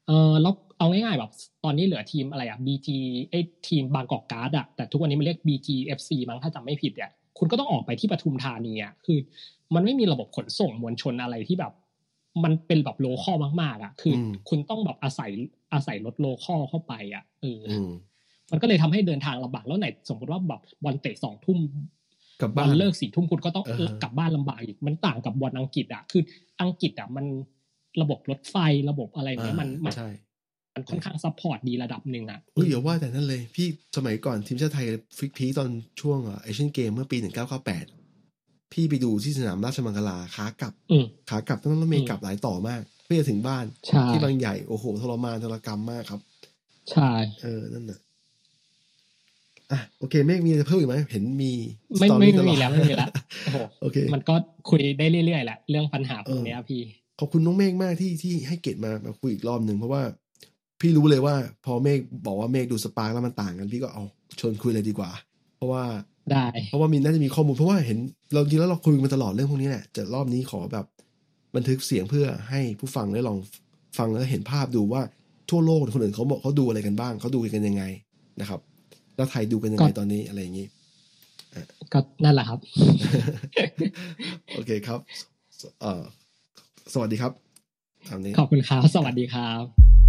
ออแล้วเอาง่ายๆแบบตอนนี้เหลือทีมอะไรอ่ะ บี จี ไอ้ทีมบางกอกการ์ดอ่ะแต่ทุกวันนี้มันเรียก บี จี เอฟ ซี มั้งถ้าจำไม่ผิดเนี่ยคุณก็ต้องออกไปที่ปทุมธานีอ่ะคือมันไม่มีระบบขนส่งมวลชนอะไรที่แบบมันเป็นแบบโลคอลมากๆอ่ะคือคุณต้องแบบอาศัยอาศัยรถโลคอลเข้าไปอ่ะเออมันก็เลยทำให้เดินทางลำบากแล้วไหนสมมติว่าแบบวันเตะสองทุ่มวันเลิกสี่ทุ่มคุณก็ต้องกลับบ้านลำบากอีกมันต่างกับบอลอังกฤษอ่ะคืออังกฤษอ่ะมันระบบรถไฟระบบอะไรเนี้ยมันมันมันค่อนข้างซัพพอร์ตดีระดับหนึ่งอ่ะเฮ้ยอย่าว่าแต่นั่นเลยพี่สมัยก่อนทีมชาติไทยฟิกพีตอนช่วงเอเชียนเกมเมื่อปีหนึ่งเก้าเก้าแปดพี่ไปดูที่สนามราชมังคลาขากลับขากลับต้องรถเมล์กลับหลายต่อมากเพื่อจะถึงบ้านที่บางใหญ่โอ้โหทรมานทรกรรมมากครับใช่เออนั่นน่ะอ่ะโอเคเมฆมีอะไรเพิ่มอีกไหมเห็นมีไม่ไม่มีแล้วไม่มีแล้วโอ้โหโอเคมันก็คุยได้เรื่อยๆแหละเรื่องปัญหาพวกนี้พี่ขอบคุณน้องเมฆมากที่ที่ให้เกียรติมามาคุยอีกรอบนึงเพราะว่าพี่รู้เลยว่าพอเมฆบอกว่าเมฆดูสปาร์คแล้วมันต่างกันพี่ก็เอาชวนคุยเลยดีกว่าเพราะว่าได้เพราะว่ามีน่าจะมีข้อมูลเพราะว่าเห็นเราจริงแล้วเราคุยมาตลอดเรื่องพวกนี้แหละแต่รอบนี้ขอแบบบันทึกเสียงเพื่อให้ผู้ฟังได้ลองฟังแล้วเห็นภาพดูว่าทั่วโลกคนอื่นเขาบอกเขาดูอะไรกันบ้างเขาดูกันยังไงนะครับแล้วไทยดูกันยังไงตอนนี้อะไรอย่างนี้ก็นั่นแหละครับโอเคครับเอ่อสวัสดีครับขอบคุณครับสวัสดีครับ